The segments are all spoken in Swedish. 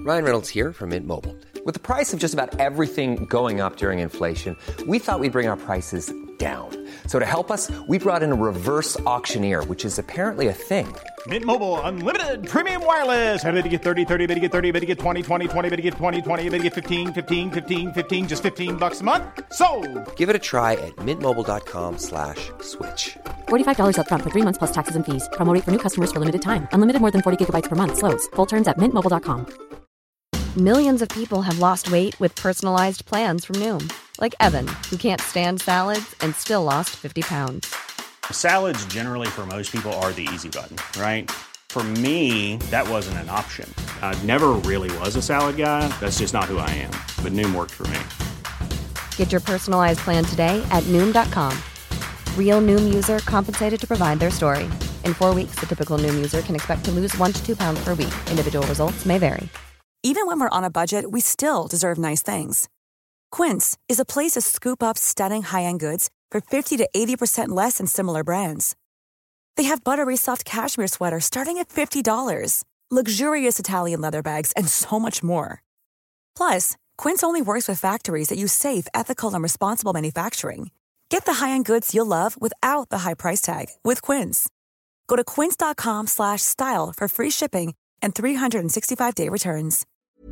Ryan Reynolds here from Mint Mobile. With the price of just about everything going up during inflation, we thought we'd bring our prices down. So to help us, we brought in a reverse auctioneer, which is apparently a thing. Mint Mobile Unlimited Premium Wireless. How to get 30, 30, bit to get 30, bit to get 20, 20, 20, bit to get 20, 20, bit to get 15, 15, 15, 15, just $15 a month? Sold! Give it a try at mintmobile.com/switch. $45 up front for 3 months plus taxes and fees. Promo rate for new customers for limited time. Unlimited more than 40 gigabytes per month. Slows full terms at mintmobile.com. Millions of people have lost weight with personalized plans from Noom. Like Evan, who can't stand salads and still lost 50 pounds. Salads generally for most people are the easy button, right? For me, that wasn't an option. I never really was a salad guy. That's just not who I am. But Noom worked for me. Get your personalized plan today at Noom.com. Real Noom user compensated to provide their story. In 4 weeks, the typical Noom user can expect to lose 1 to 2 pounds per week. Individual results may vary. Even when we're on a budget, we still deserve nice things. Quince is a place to scoop up stunning high-end goods for 50 to 80% less than similar brands. They have buttery soft cashmere sweaters starting at $50, luxurious Italian leather bags, and so much more. Plus, Quince only works with factories that use safe, ethical, and responsible manufacturing. Get the high-end goods you'll love without the high price tag with Quince. Go to quince.com/style for free shipping and 365-day returns.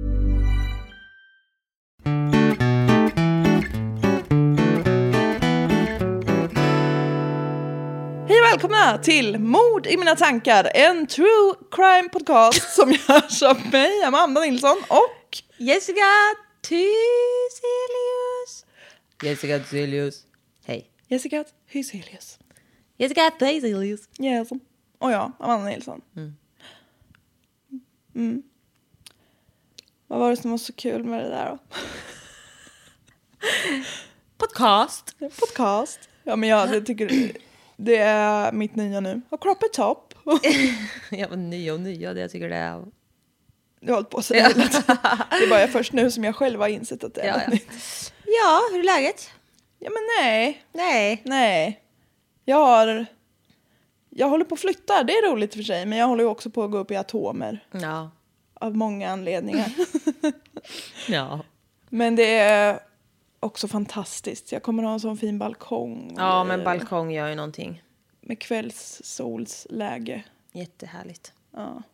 Hej och välkomna till Mord i mina tankar, en true crime podcast som görs av mig, Amanda Nilsson, och Jessica Thyselius. Hej. Jessica Thyselius. Jessica Thyselius. Yes. Och jag, Amanda Nilsson. Vad var det som var så kul med det där då? Podcast. Ja, men jag tycker det är mitt nya nu. Och crop it top. Ja, men nya. Det jag tycker det är... Jag har hållit på att säga hela tiden. Det är bara först nu som jag själv har insett att det är något nytt. Ja, hur är läget? Ja, men nej. Nej. Jag håller på att flytta. Det är roligt för sig. Men jag håller ju också på att gå upp i atomer. Ja. Av många anledningar. Ja. Men det är också fantastiskt. Jag kommer att ha en sån fin balkong. Ja, men balkong gör ju någonting. Med kvällssolsläge. Jättehärligt. Ja.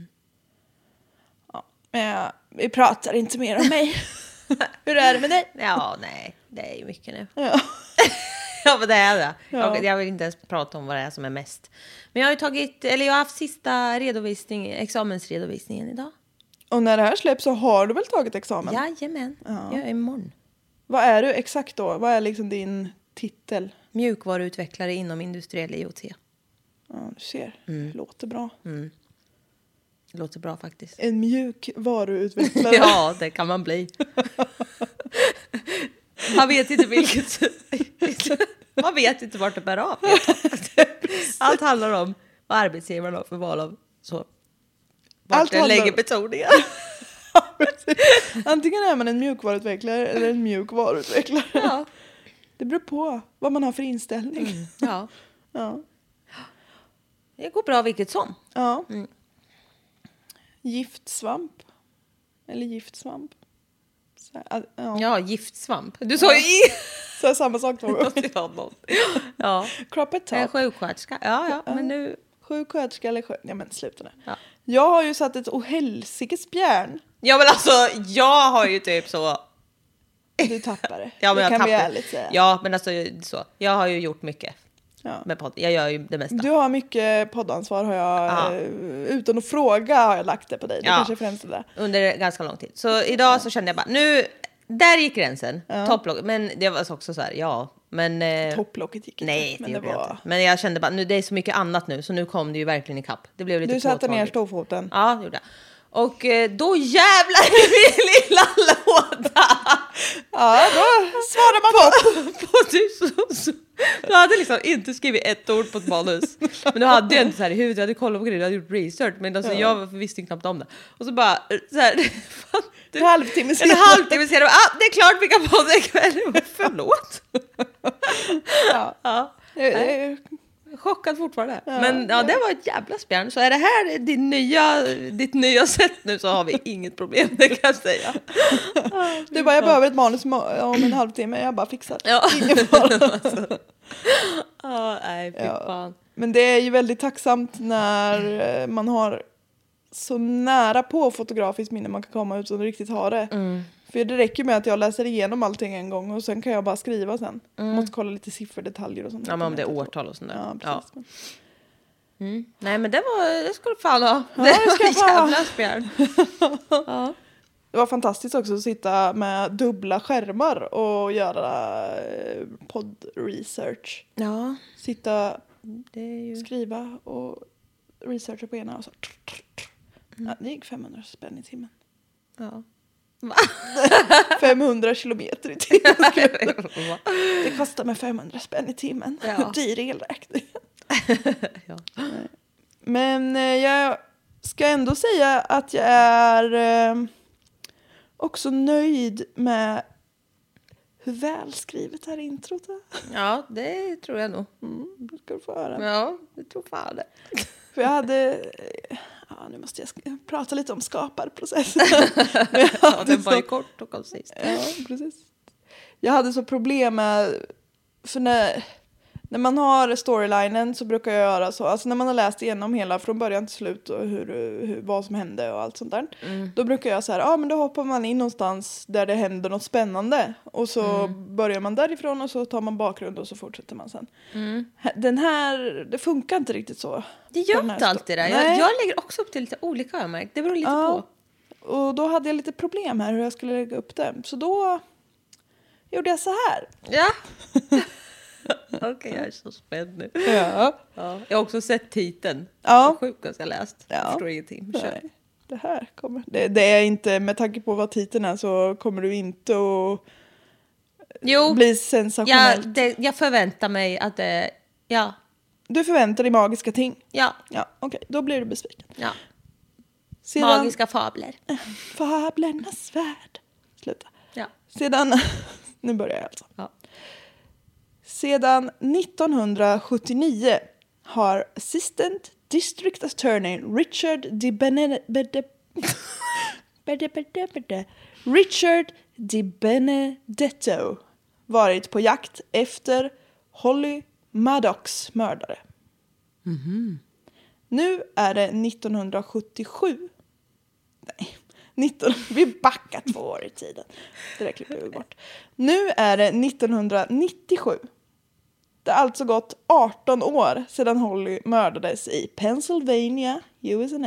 Men vi pratar inte mer om mig. Hur är det med dig? Ja, nej. Det är ju mycket nu. Ja. Ja, men det är det. Ja. Jag vill inte ens prata om vad det är som är mest. Men jag har haft sista examensredovisningen idag. Och när det här släpps så har du väl tagit examen? Jajamän, jag är imorgon. Vad är du exakt då? Vad är liksom din titel? Mjukvaruutvecklare inom industriell IoT. Ja, du ser. Låter bra. Det låter bra faktiskt. En mjuk varuutvecklare. Ja, det kan man bli. Man vet inte vilket... Man vet inte vart det bär av. Allt handlar om vad arbetsgivaren har för val av så. Vart den lägger betoningen. Antingen är man en mjukvaruutvecklare eller en mjuk varuutvecklare. Ja. Det beror på vad man har för inställning. Ja. Det går bra vilket som. Ja. Giftsvamp. Eller giftsvamp. Ja, giftsvamp. Du sa ju så samma sak då. Ja. Crop it top. Sjuksköterska. Ja, men nu... Sjuksköterska eller ja, men sluta nu. Ja. Jag har ju satt ett ohelsikes bjärn. Ja, men alltså, jag har ju typ så... Du tappar det. Ja, men det kan vi ärligt säga. Ja, men alltså så. Jag har ju gjort mycket. Ja. Med podd. Jag gör ju det mesta. Du har mycket poddansvar har jag utan att fråga har jag lagt det på dig. Det kanske är främst det. Under ganska lång tid. Så idag så kände jag bara, nu, där gick gränsen. Topplock. Men det var också så här, men... Topplocket gick inte. Nej, det gjorde jag inte. Men jag kände bara, nu, det är så mycket annat nu. Så nu kom det ju verkliligen ikapp. Det blev lite du satte ner storfoten. Ja, det gjorde jag. Och då jävlar i min lilla låda. Ja, då svarar man på. Du hade liksom inte skrivit ett ord på ett manus. Men du hade ju inte så här i huvudet. Jag hade kollat på grejer, jag hade gjort research. Men alltså, jag visste knappt om det. Och så bara så här... En halvtimme sedan. Det är klart vi kan få det ikväll. Förlåt. Ja. chockad fortfarande. Men ja, det var ett jävla spjärn. Så är det här ditt nya sätt nu så har vi inget problem, det kan jag säga. Du bara, jag behöver ett manus om en halvtimme. Jag bara fixar. Ja. Ingen fara. Alltså. Nej, fy fan. Men det är ju väldigt tacksamt när man har så nära på fotografiskt minne man kan komma ut och riktigt ha det. För det räcker med att jag läser igenom allting en gång och sen kan jag bara skriva sen. Måste kolla lite sifferdetaljer och sånt. Ja, men om det är årtal och sånt där. Ja, precis. Ja. Nej, men det ska du fan ha. Ja, det ska var jag jävla spjärn. Ja. Det var fantastiskt också att sitta med dubbla skärmar och göra podd-research. Ja. Sitta, Det är ju... skriva och researcha på ena och så. Ja, det gick 500 spänn i timmen. Ja. 500 kilometer i timmen. Det kostar mig 500 spänn i timmen. Ja. Dyr elräkning. Ja. Men jag ska ändå säga att jag är också nöjd med hur välskrivet här introt är. Ja, det tror jag nog. Det ska du få höra. Ja, det tror fan det. För jag hade... Ja, nu måste jag prata lite om skaparprocessen. Ja, den var ju kort och koncist. Ja, precis. Jag hade så problem med... För när man har storylinen så brukar jag göra så. Alltså när man har läst igenom hela från början till slut och vad som hände och allt sånt där. Då brukar jag så här, men då hoppar man in någonstans där det händer något spännande. Och så börjar man därifrån och så tar man bakgrund och så fortsätter man sen. Den här, det funkar inte riktigt så. Det gör inte alltid det. Jag lägger också upp till lite olika, jag märkt. Det beror lite på. Och då hade jag lite problem här hur jag skulle lägga upp det. Så då gjorde jag så här. Ja. Okej, jag är så spänd nu. Ja. Ja. Jag har också sett titeln. Ja. Sjukast jag läst. Ja. Jag förstår ingenting. Nej, det här kommer... Det är inte, med tanke på vad titeln är så kommer du inte att bli sensationellt. Jag förväntar mig att det... Ja. Du förväntar dig magiska ting. Ja. Ja, okej. Då blir du besviken. Ja. Sedan, Magiska fabler. Fablernas värld. Sluta. Ja. Sedan... Nu börjar jag alltså. Ja. Sedan 1979 har Assistant District Attorney Richard Di Benedetto varit på jakt efter Holly Maddocks mördare. Nu är det 1977. Nej, vi backar 2 år i tiden. Det där klipper vi bort. Nu är det 1997. Det har alltså gått 18 år sedan Holly mördades i Pennsylvania, USA.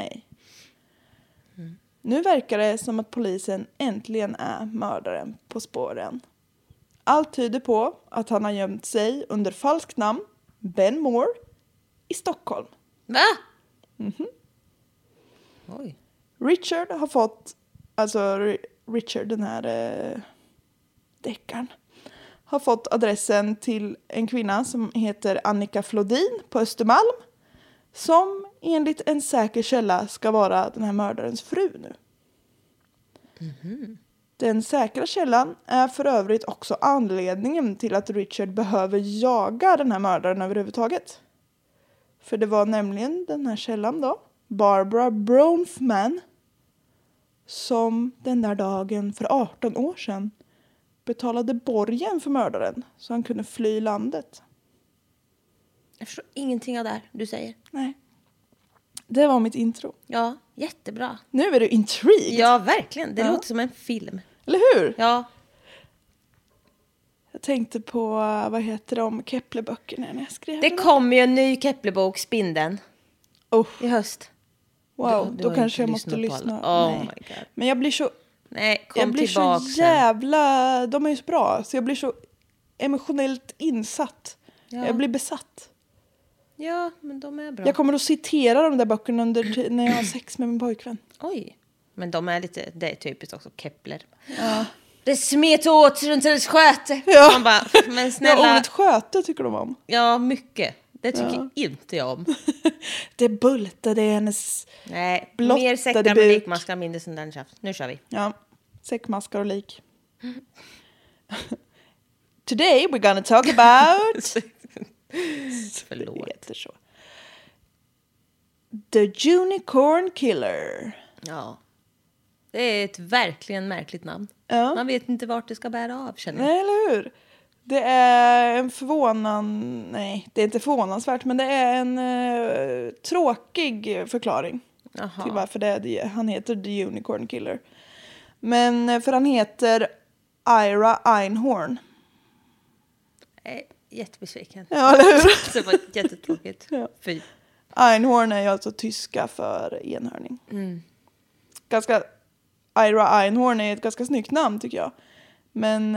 Nu verkar det som att polisen äntligen är mördaren på spåren. Allt tyder på att han har gömt sig under falskt namn, Ben Moore, i Stockholm. Va? Oj. Richard har fått, alltså Richard, den här deckaren, har fått adressen till en kvinna som heter Annika Flodin på Östermalm, som enligt en säker källa ska vara den här mördarens fru nu. Den säkra källan är för övrigt också anledningen till att Richard behöver jaga den här mördaren överhuvudtaget. För det var nämligen den här källan då, Barbara Bronfman, som den där dagen för 18 år sedan betalade borgen för mördaren så han kunde fly landet. Jag förstår ingenting av det här du säger. Nej. Det var mitt intro. Ja, jättebra. Nu är du intrigued. Ja, verkligen. Det låter som en film. Eller hur? Ja. Jag tänkte på, vad heter de, Kepler-böckerna när jag skrev Det kommer ju en ny Kepler-bok, Spindeln, i höst. Wow, Du då har kanske inte jag måste lyssnat på lyssna. alla. Oh Nej. my God. Men jag blir så... Nej, jag kom blir tillbaka så sen. jävla... De är ju så bra. Så jag blir så emotionellt insatt. Ja. Jag blir besatt. Ja, men de är bra. Jag kommer att citera de där böckerna när jag har sex med min pojkvän. Oj, men de är lite... Det är typiskt också Kepler. Ja. Det smet åt runt hennes sköte. Ja. Man bara, men snälla... Ja, ordet sköte tycker de om. Ja, mycket. Det tycker inte jag om. Det bultade hennes... Nej, blottade mer säckar med buk. likmaskar, mindre sån där tjafs. Nu kör vi. Ja, säckmaskar och lik. Today we're gonna talk about Förlåt. Det heter så. The Unicorn Killer. Ja. Det är ett verkligen märkligt namn. Ja. Man vet inte vart det ska bära av, känner jag. Nej, eller hur? Det är en Nej, det är inte förvånansvärt, men det är en tråkig förklaring. Jaha. Till varför han heter The Unicorn Killer. Men för han heter Ira Einhorn. Jättebesviken. Ja, eller hur? Det var jättetråkigt. Ja. Fy. Einhorn är ju alltså tyska för enhörning. Ira Einhorn är ett ganska snyggt namn, tycker jag. Men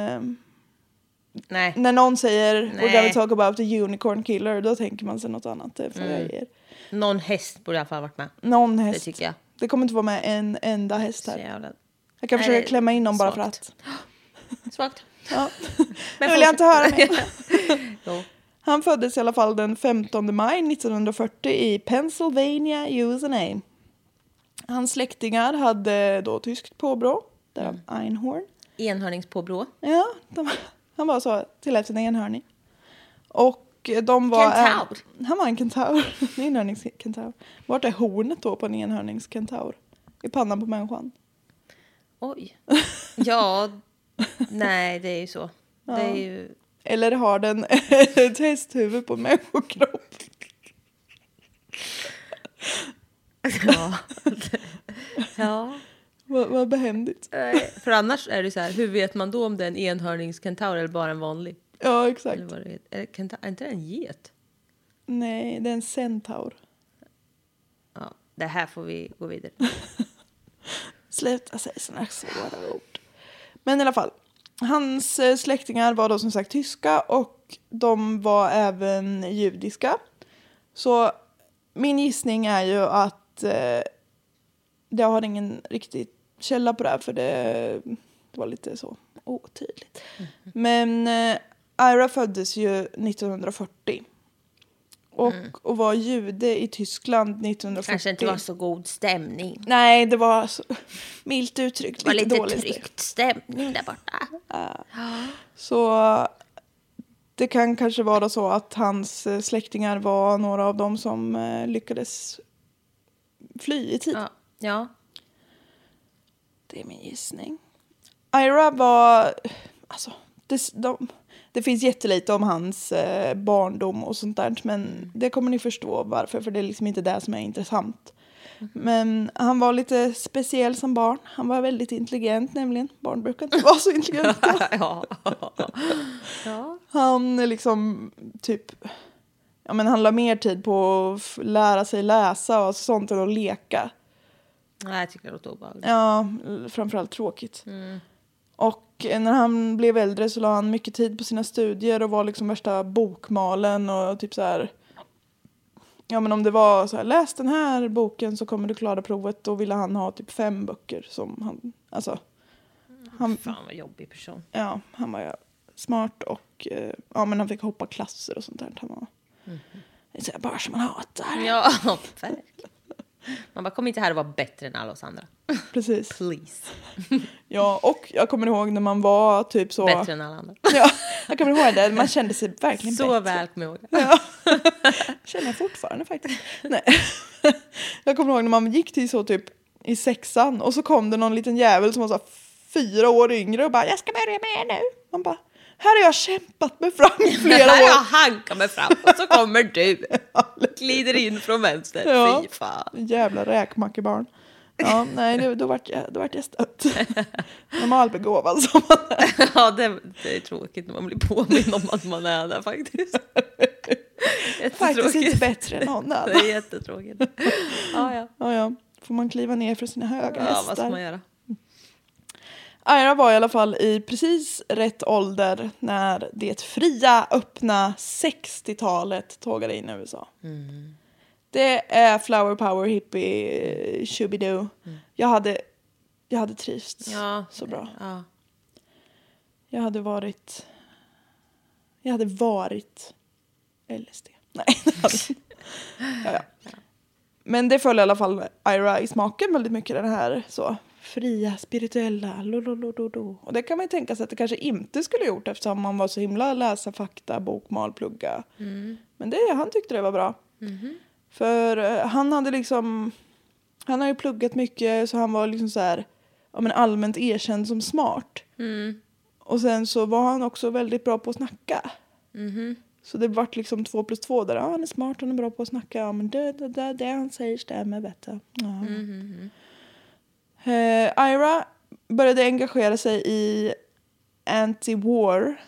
Nej. när någon säger we're gonna talk about the unicorn killer, då tänker man sig något annat. Det får jag ge er. Någon häst borde i alla fall ha varit med. Någon häst. Det tycker jag. Det kommer inte vara med en enda häst Så här. jävla... Jag kan försöka klämma in dem bara för att. Svagt. Ja. Men Nu vill jag inte höra mer. Jo. Han föddes i alla fall den 15 maj 1940 i Pennsylvania, USA. Hans släktingar hade då tyskt påbrå, därav Einhorn. Enhörningspåbrå. Ja, han var så till efter en enhörning. Och de var... Kentaur. Han var en kentaur. En enhörningskentaur. Vart är hornet då på en enhörningskentaur? I pannan på människan. Oj. Ja, nej, det är ju så. Ja. Det är ju... Eller har den ett hästhuvud på människokropp? Ja. Ja. Vad behändigt. För annars är det så här, hur vet man då om det är en enhörningskentaur eller bara en vanlig? Ja, exakt. Eller vad det är. Är inte det en get? Nej, det är en centaur. Ja, det här får vi gå vidare. Sluta säga sådana svåra ord. Men i alla fall. Hans släktingar var då som sagt tyska och de var även judiska. Så min gissning är ju att jag har ingen riktig källa på det här, för det var lite så otydligt. Men Ira föddes ju 1940 och var jude i Tyskland 1940. Kanske inte var så god stämning. Nej, det var så, milt uttryckt. Det var lite dåligt tryckt stämning där borta. Så det kan kanske vara så att hans släktingar var några av dem som lyckades fly i tid. Ja. Det är min gissning. Ira var... Alltså, det finns jättelite om hans barndom och sånt där. Men det kommer ni förstå varför. För det är liksom inte det som är intressant. Men han var lite speciell som barn. Han var väldigt intelligent nämligen. Barn brukar inte vara så intelligenta. Ja. Han liksom typ... Ja, men han la mer tid på att lära sig läsa och sånt än att leka. Nej, jag tycker det låter obehagligt. Ja, framförallt tråkigt. Och när han blev äldre så la han mycket tid på sina studier och var liksom värsta bokmalen och typ så här. Ja, men om det var så här, läs den här boken så kommer du klara provet, då ville han ha typ 5 böcker som han, alltså. Fan vad jobbig person. Ja, han var smart och ja, men han fick hoppa klasser och sånt där. Han var så här, bara som man hatar. Ja, verkligen. Man bara, kom inte här och vara bättre än alla oss andra. Precis. Please. Ja, och jag kommer ihåg när man var typ så... Bättre än alla andra. Ja, jag kommer ihåg det. Man kände sig verkligen så bättre. väl kommer jag ihåg. Ja. Känner jag fortfarande faktiskt. Nej. Jag kommer ihåg när man gick till så typ i 6:an och så kom det någon liten jävel som var så 4 år yngre och bara, jag ska börja med nu. Man bara, här har jag kämpat mig fram i flera år. Här har jag hankat mig fram och så kommer du. Glider in från vänster. Ja. Fy fan. Jävla räkmackebarn. Ja, nej, då vart jag stött. Normalbegåvad som man är. Ja, det är tråkigt när man blir påminn om att man är där faktiskt. Faktiskt inte bättre än någon annan. Det är jättetråkigt. Ja. Får man kliva ner för sina höga hästar. Ja, vad ska man göra? Ira var i alla fall i precis rätt ålder när det fria, öppna 60-talet tågade in i USA. Det är flower power, hippie, shubidoo. Jag hade trivts så bra. Ja. Jag hade varit LSD. Nej. Ja. Men det föll i alla fall Ira i smaken väldigt mycket, den här så fria, spirituella, lololololo. Och det kan man ju tänka sig att det kanske inte skulle gjort eftersom man var så himla läsa fakta, bokmal, plugga. Men han tyckte det var bra. För han hade liksom, han har ju pluggat mycket så han var liksom så här, ja, men allmänt erkänd som smart. Och sen så var han också väldigt bra på att snacka. Så det vart liksom 2 + 2 där. Ja, han är smart, han är bra på att snacka. Ja, men det han säger stämmer, vet du. Ja. Ira började engagera sig i anti-war,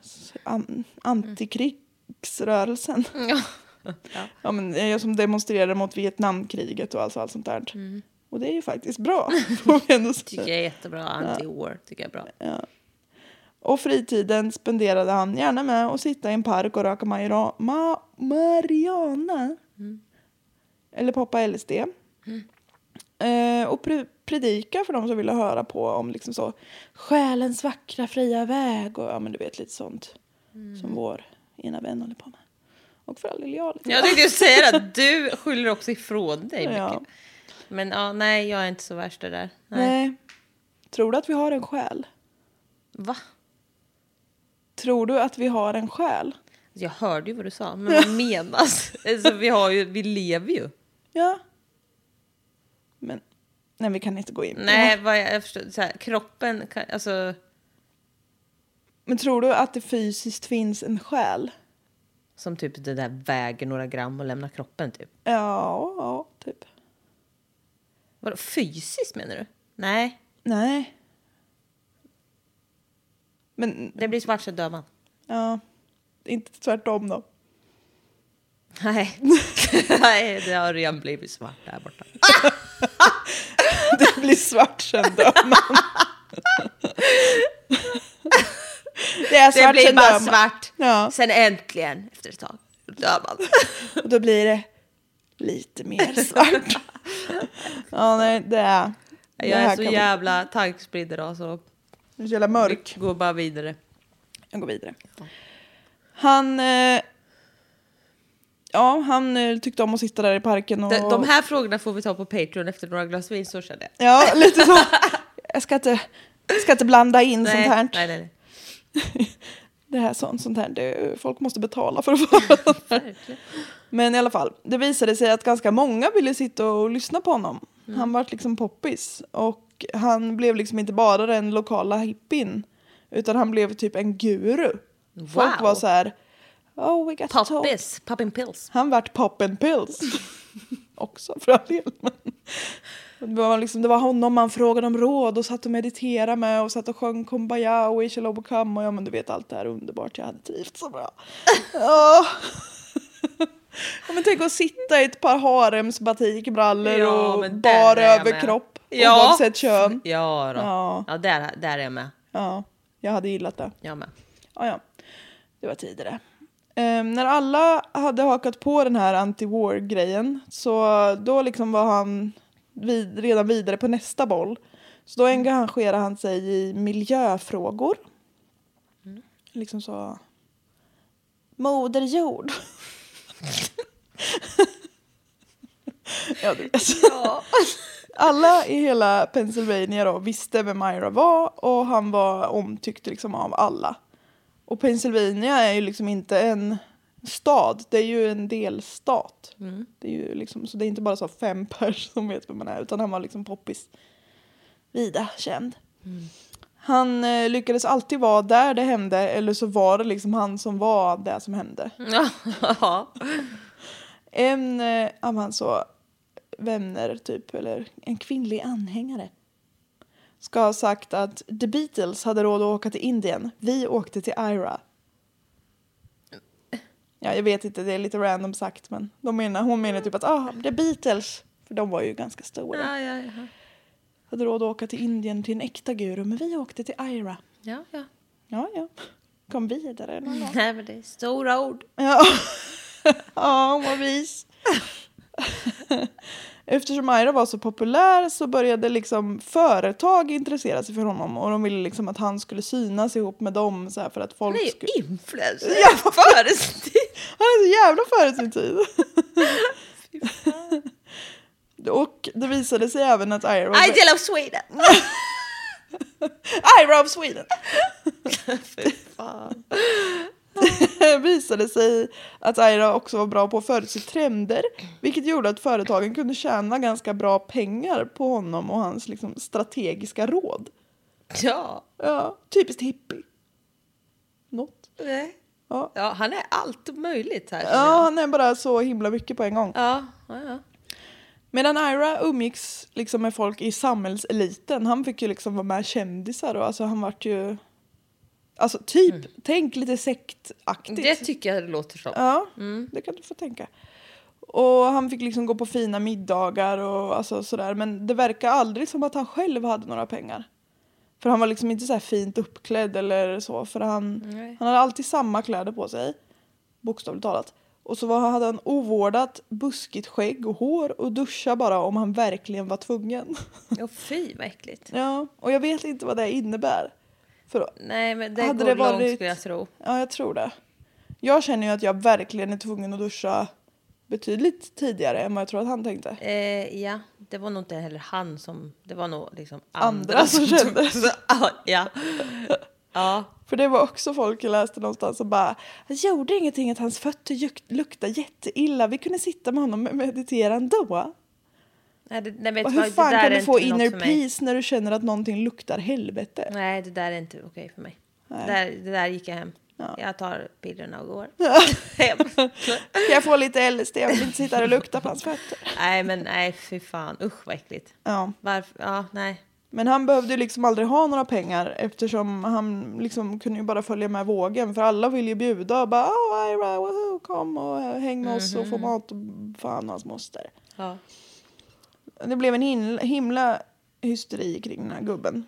antikrigsrörelsen. Ja, men som demonstrerade mot Vietnamkriget och allt sånt där. Och det är ju faktiskt bra. Tycker jag är jättebra. Anti-war tycker jag är bra. Ja. Och fritiden spenderade han gärna med att sitta i en park och röka marijuana. Eller poppa LSD. Och predika för de som ville höra på om liksom så själens vackra fria väg. Och ja, men du vet lite sånt som vår ena vän håller på med. Och för all del jag tänkte ju säga att du skyller också ifrån dig mycket. Ja. Men ja, nej, jag är inte så värst det där. Nej. Tror du att vi har en själ? Va? Tror du att vi har en själ? Jag hörde ju vad du sa, men vad menas? Alltså, vi lever ju. Ja. Men nej, vi kan inte gå in på nej, jag förstår. Så här, kroppen, alltså... Men tror du att det fysiskt finns en själ? Som typ det där väger några gram och lämnar kroppen typ? Ja, typ. Vadå, fysiskt menar du? Nej. Men det blir svart så dör man. Ja, inte tvärtom då. Nej. Nej, det har redan blivit svart där borta. Det blir svart sen dör man. Det blir bara svart. Ja. Sen äntligen, efter ett tag, dör man. Och då blir det lite mer svart. Ja, nej, det är... Jag är så jävla tankspridd idag så... Det är så jävla mörk. Gå bara vidare. Jag går vidare. Ja. Han tyckte om att sitta där i parken. Och... De här frågorna får vi ta på Patreon efter några glas vin, så känner jag. Ja, lite så. Jag ska inte blanda in sånt här. Nej. Det här sånt här. Folk måste betala för att få det. Men i alla fall, det visade sig att ganska många ville sitta och lyssna på honom. Han var liksom poppis. Och han blev liksom inte bara den lokala hippien. Utan han blev typ en guru. Wow. Folk var så här... Oh, we got poppis, poppin' pills. Han vart poppin' pills. Också för all del. Det var honom man frågade om råd och satt och mediterade med och satt och sjöng Kumbaya och We shall overcome och ja, men du vet allt det här underbart. Jag hade trivts så bra. Ja. Men tänk att sitta i ett par haremsbatikbrallor och bara överkropp oavsett kön. Ja då. Ja, där är jag med. Ja, jag hade gillat det. Jag med. Ja. Det var tidigare. När alla hade hakat på den här anti-war-grejen så då liksom var han redan vidare på nästa boll. Så då engagerade han sig i miljöfrågor. Liksom så... Moder jord. Ja, du vet. Ja. Alla i hela Pennsylvania då visste vem Ira var och han var omtyckt liksom av alla. Och Pennsylvania är ju liksom inte en stad, det är ju en delstat. Det är ju liksom, så det är inte bara så 5 personer som vet vem man är, utan han var liksom poppis. Vida känd. Han lyckades alltid vara där det hände, eller så var det liksom han som var det som hände. Ja. En av hans så vänner typ, eller en kvinnlig anhängare, ska ha sagt att The Beatles hade råd att åka till Indien. Vi åkte till Ira. Ja, jag vet inte, det är lite random sagt, men hon menar typ att The Beatles, för de var ju ganska stora. Ja. Hade råd att åka till Indien till en äkta guru, men vi åkte till Ira. Ja. Ja. Kom vidare någon gång. Nej, men det är stora ord. Ja. Ja, vad vis. Eftersom Ira var så populär så började liksom företag intressera sig för honom. Och de ville liksom att han skulle synas ihop med dem så här, för att folk han är ju skulle... influencer. Ja, före sin tid. Han är så jävla före sin tid. Och det visade sig även att Ira... I love Sweden! Ira of Sweden! Fy fan. Det visade sig att Ira också var bra på att förutse trender, vilket gjorde att företagen kunde tjäna ganska bra pengar på honom och hans liksom strategiska råd. Ja. Ja, typiskt hippie. Något. Nej. Ja. Ja, han är allt möjligt här. Ja, han är bara så himla mycket på en gång. Ja. Medan Ira umgicks liksom med folk i samhällseliten, han fick ju liksom vara med kändisar och alltså han vart ju... Alltså typ, tänk lite sektaktigt. Det tycker jag det låter som. Ja, det kan du få tänka. Och han fick liksom gå på fina middagar och alltså sådär. Men det verkar aldrig som att han själv hade några pengar. För han var liksom inte så här fint uppklädd eller så. För han hade alltid samma kläder på sig. Bokstavligt talat. Och så hade han ovårdat, buskigt skägg och hår. Och duscha bara om han verkligen var tvungen. Ja, fy vad äckligt. Ja, och jag vet inte vad det innebär. För nej, men det hade går det långt varit... skulle jag tro. Ja, jag tror det. Jag känner ju att jag verkligen är tvungen att duscha betydligt tidigare än vad jag tror att han tänkte. Ja, det var nog inte heller han som... Det var nog liksom Andra som kände. Ja. Ja. För det var också folk jag läste någonstans som bara... Jag gjorde ingenting att hans fötter luktade jätteilla. Vi kunde sitta med honom och meditera ändå. Nej, vet och vad, hur fan det där kan är du få inte något inner för mig. peace när du känner att någonting luktar helvete? Nej, det där är inte okej för mig. Det där gick jag hem. Ja. Jag tar pillerna och går. Hem. Kan jag få lite LSD? Jag vill inte sitta där och lukta på hans fötter. Nej, fy fan. Usch, vad äckligt. Ja. Varför? Ja, nej. Men han behövde ju liksom aldrig ha några pengar eftersom han liksom kunde ju bara följa med vågen. För alla vill ju bjuda och bara Ira, woohoo, kom och häng med oss och få mat och fan hans moster. Ja. Det blev en himla hysteri kring den här gubben.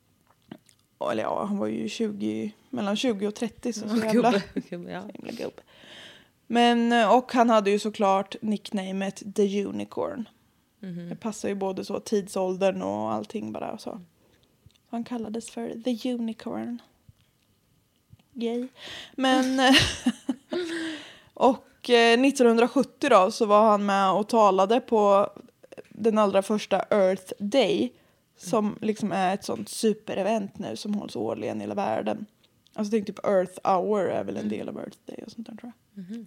Eller ja, han var ju mellan 20 och 30 så jävla gubb. Men, och han hade ju såklart nicknamet The Unicorn. Det passar ju både så tidsåldern och allting bara så. Han kallades för The Unicorn. Yay. Men och 1970 då så var han med och talade på den allra första Earth Day som liksom är ett sånt superevent nu som hålls årligen i hela världen. Alltså tänk typ Earth Hour är väl en del av Earth Day och sånt där tror jag.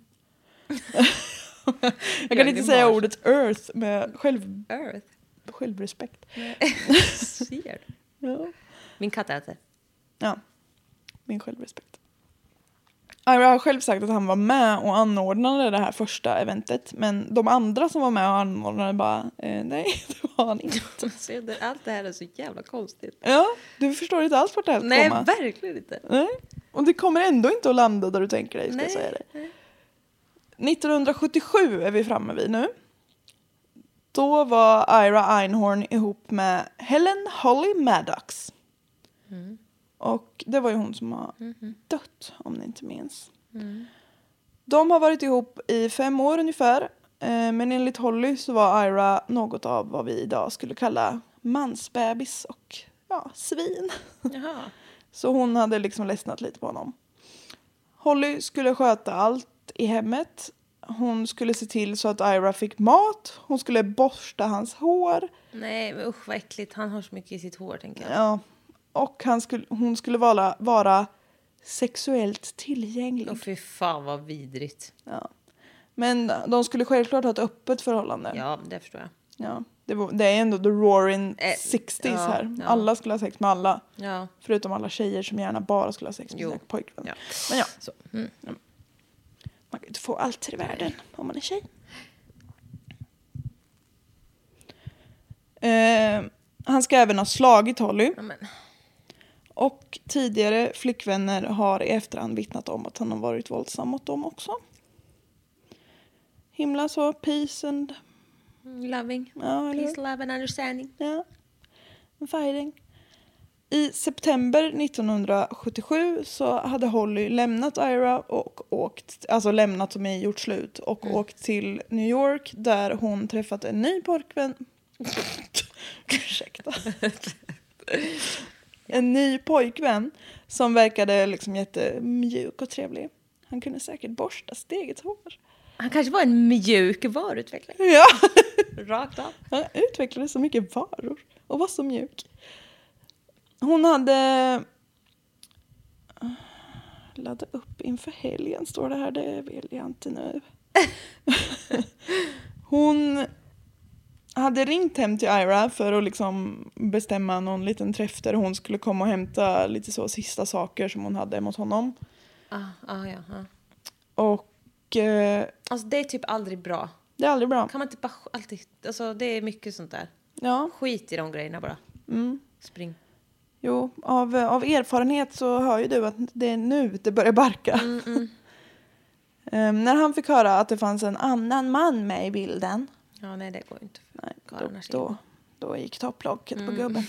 Jag kan inte säga ordet Earth med självrespekt. Ser du? Ja. Min katt äter. Ja, min självrespekt. Ira har själv sagt att han var med och anordnade det här första eventet. Men de andra som var med och anordnade bara, nej, det var han inte. Allt det här är så jävla konstigt. Ja, du förstår inte alls vart det här kommer. Nej, verkligen inte. Nej, och det kommer ändå inte att landa där du tänker dig, ska jag säga det. Nej. 1977 är vi framme vid nu. Då var Ira Einhorn ihop med Helen Holly Maddox. Och det var ju hon som har dött, om ni inte minns. De har varit ihop i 5 år ungefär. Men enligt Holly så var Ira något av vad vi idag skulle kalla mansbebis och svin. Jaha. Så hon hade liksom ledsnat lite på honom. Holly skulle sköta allt i hemmet. Hon skulle se till så att Ira fick mat. Hon skulle borsta hans hår. Nej, men usch vad äckligt. Han har så mycket i sitt hår, tänker jag. Ja. Och hon skulle vara sexuellt tillgänglig. Och fy fan vad vidrigt. Ja. Men de skulle självklart ha ett öppet förhållande. Ja, det förstår jag. Ja. Det är ändå the roaring 60s här. Ja. Alla skulle ha sex med alla. Ja. Förutom alla tjejer som gärna bara skulle ha sex med sina pojkvän. Ja. Men ja. Så. Man kan inte få allt i världen om man är tjej. Han ska även ha slagit Holly. Amen. Och tidigare flickvänner har i efterhand vittnat om att han har varit våldsam mot dem också. Himla så, peace and... Loving. Ja, peace, love and understanding. Ja, fighting. I september 1977 så hade Holly lämnat Ira och åkt, alltså lämnat och gjort slut och åkt till New York där hon träffat en ny pojkvän. Ursäkta. En ny pojkvän som verkade liksom jättemjuk och trevlig. Han kunde säkert borsta sitt eget hår. Han kanske var en mjuk varutveckling. Ja. Rakt av. Han utvecklade så mycket varor och var så mjuk. Hon hade laddat upp inför helgen, står det här. Det vill jag inte nu. Hon hade ringt hem till Ira för att liksom bestämma någon liten träff där hon skulle komma och hämta lite så sista saker som hon hade mot honom. Och alltså det är typ aldrig bra. det är aldrig bra. Kan man inte bara alltid, alltså det är mycket sånt där. Ja. Skit i de grejerna bara. Spring. Jo, av erfarenhet så hör ju du att det är nu det börjar barka. När han fick höra att det fanns en annan man med i bilden. Ja, nej, det går inte. Nej, då gick topplocket på gubben.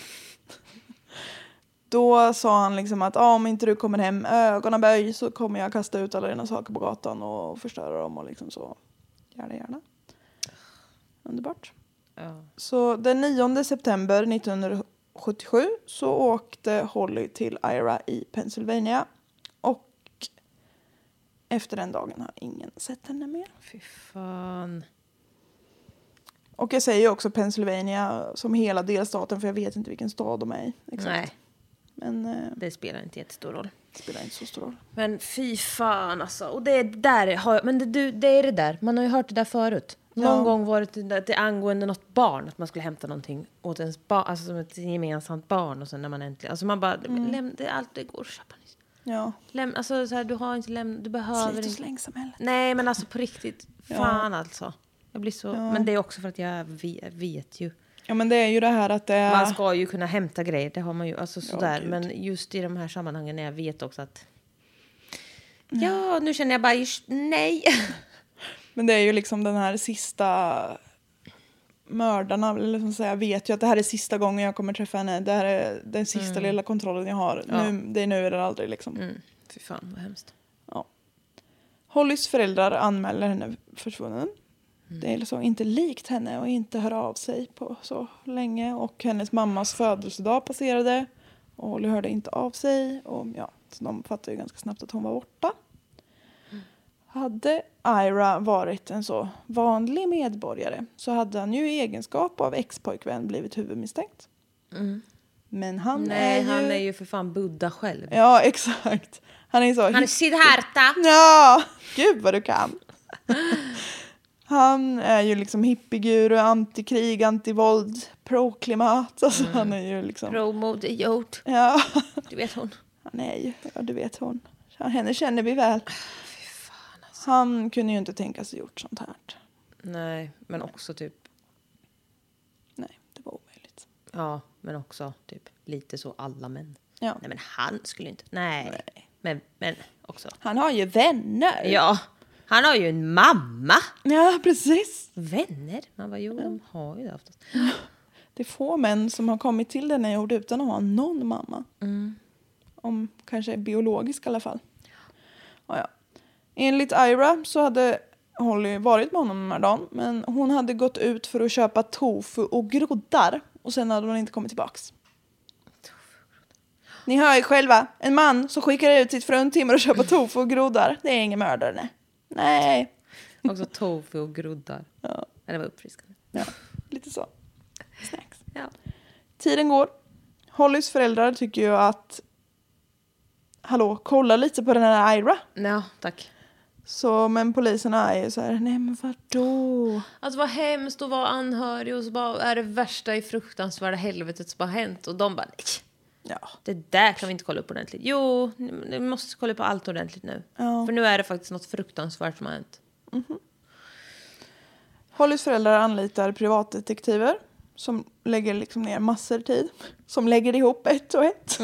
Då sa han liksom att om inte du kommer hem ögonen böj så kommer jag kasta ut alla dina saker på gatan och förstöra dem och liksom så. Gärna. Underbart. Ja. Så den 9 september 1977 så åkte Holly till Ira i Pennsylvania. Och efter den dagen har ingen sett henne mer. Fy fan. Och jag säger ju också Pennsylvania som hela delstaten för jag vet inte vilken stad de är i. Exakt. Nej. Men det spelar inte jättestor roll. Det spelar inte så stor roll. Men fy fan alltså. Och det är där, men det är det där. Man har ju hört det där förut. Någon gång var det angående något barn. Att man skulle hämta någonting åt ens barn. Alltså som ett gemensamt barn. Och sen när man äntligen... Alltså man bara... det går att köpa nyss. Ja. Alltså så här, du har inte du behöver Slit och inte... slängsamhället. Nej men alltså på riktigt. Fan alltså. Jag blir så... Ja. Men det är också för att jag vet ju. Ja men det är ju det här att det är... Man ska ju kunna hämta grejer. Det har man ju. Alltså sådär. Ja, men just i de här sammanhangen när jag vet också att... Ja, nu känner jag bara just nej. Men det är ju liksom den här sista mördarna eller som säger vet ju att det här är sista gången jag kommer träffa henne. Det här är den sista lilla kontrollen jag har. Ja. Det är nu eller aldrig liksom. Fy fan vad hemskt. Ja. Hollys föräldrar anmäler henne försvunnen. Det är så inte likt henne och inte hör av sig på så länge. Och hennes mammas födelsedag passerade. Och Holly hörde inte av sig. Och ja, så de fattade ju ganska snabbt att hon var borta. Hade Ira varit en så vanlig medborgare så hade han ju i egenskap av ex-pojkvän blivit huvudmisstänkt. Men han är ju för fan Buddha själv. Ja, exakt. Han är Siddhartha. Ja, gud vad du kan. Han är ju liksom hippieguru, antikrig, antivåld, pro-klimat. Alltså han är ju liksom... Pro-mode-idiot. Ja. Du vet hon. Han är ju, ja du vet hon. Henne känner vi väl. Fy fan alltså. Han kunde ju inte tänka sig gjort sånt här. Nej, men också typ... Nej, det var omöjligt. Ja, men också typ lite så alla män. Ja. Nej, men han skulle inte... Nej. Men också... Han har ju vänner. Ja. Han har ju en mamma. Ja, precis. Vänner? Man bara, jo, de har ju det oftast. Det är få män som har kommit till denna jord utan att ha någon mamma. Om kanske biologisk i alla fall. Ja. Enligt Ira så hade Holly varit med honom den här dagen. Men hon hade gått ut för att köpa tofu och groddar. Och sen hade hon inte kommit tillbaks. Ni hör ju själva. En man som skickar ut sitt fruntimmer och köper tofu och groddar. Det är ingen mördare. Nej. Också tofu och groddar. Ja. Det var uppfriskande. Ja, lite så. Snacks. Ja. Tiden går. Hollys föräldrar tycker ju att kolla lite på den här Ira. Ja, tack. Så, men poliserna är ju så här, nej men vadå? Alltså vad hemskt att vara anhörig och så bara är det värsta i fruktansvärda helvetet som har hänt. Och de bara, nej. Ja. Det där kan vi inte kolla upp ordentligt. Jo, vi måste kolla på allt ordentligt nu. Ja. För nu är det faktiskt något fruktansvärt som har hänt. Hollys föräldrar anlitar privatdetektiver som lägger liksom ner massor tid. Som lägger ihop ett och ett.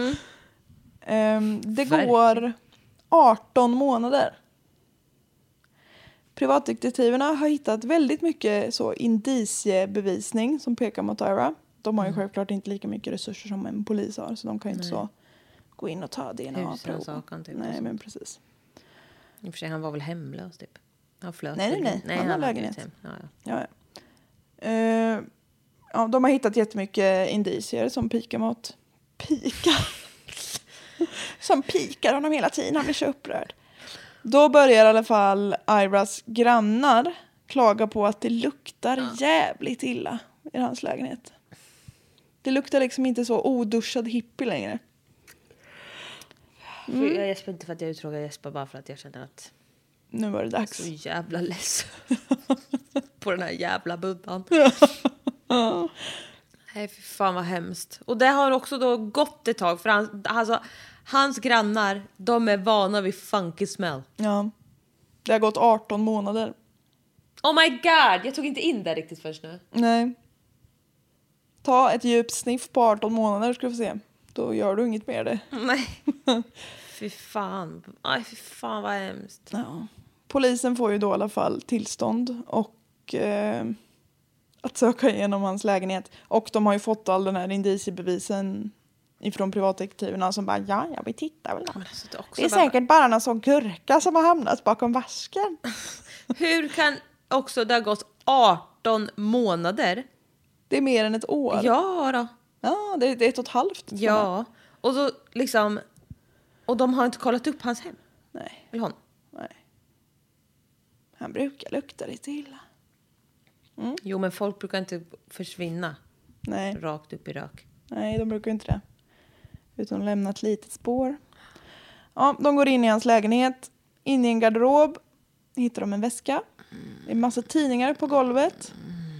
Det går 18 månader. Privatdetektiverna har hittat väldigt mycket så indiciebevisning som pekar mot Ira. De har ju självklart inte lika mycket resurser som en polis har. Så de kan ju inte så gå in och ta DNA-prov. Typ, nej, men precis. I och för sig, han var väl hemlös typ. Han flöt. Nej. Han har lägenhet. Ja. De har hittat jättemycket indicier som pikar mot... Som pikar honom hela tiden. Han blir så upprörd. Då börjar i alla fall Iras grannar klaga på att det luktar jävligt illa i hans lägenhet. Det luktar liksom inte så oduschad hippie längre. Jag gäspar inte för att jag är uttråkad, jag gäspar bara för att jag känner att Nu var det dags. så jävla less på den här jävla buddan. Nej, fy fan vad hemskt. Och det har också då gått ett tag för hans grannar, de är vana vid funky smell. Ja. Det har gått 18 månader. Oh my god, jag tog inte in det riktigt först nu. Nej. Ta ett djupt sniff på 18 månader ska vi se. Då gör du inget mer det. Nej. Fy fan. Aj, fy fan vad hemskt. Ja. Polisen får ju då i alla fall tillstånd och att söka igenom hans lägenhet. Och de har ju fått all den här indiciebevisen ifrån privatdetektiverna som bara, ja vi tittar väl. Alltså, det är säkert bara någon sån gurka som har hamnat bakom vasken. Hur kan också det ha gått 18 månader? Det är mer än ett år. Ja då. Ja, det är 1,5. Ja. Och så liksom, och de har inte kollat upp hans hem. Nej. Eller hon. Nej. Han brukar lukta lite illa. Jo, men folk brukar inte försvinna. Nej. Rakt upp i rök. Nej, de brukar inte det. Utan lämna ett litet spår. Ja, de går in i hans lägenhet. In i en garderob. Hittar de en väska. Det är en massa tidningar på golvet.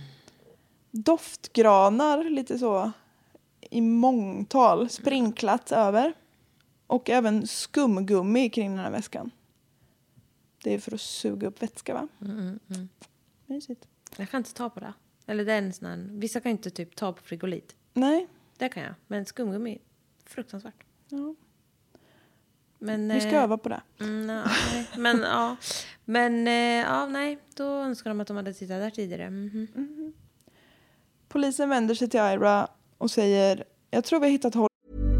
Doftgranar, lite så. I mångtal. Sprinklat över. Och även skumgummi kring den här väskan. Det är för att suga upp vätska, va? Mysigt. Jag kan inte ta på det. Eller den sån här, vissa kan inte typ ta på frigolit. Nej. Det kan jag. Men skumgummi, fruktansvärt. Ja. Men, Vi ska öva på det. Nej, men ja. Men ja, nej. Då önskar de att de hade tittat där tidigare. Polisen vänder sig till Ira och säger, jag tror vi har hittat håll.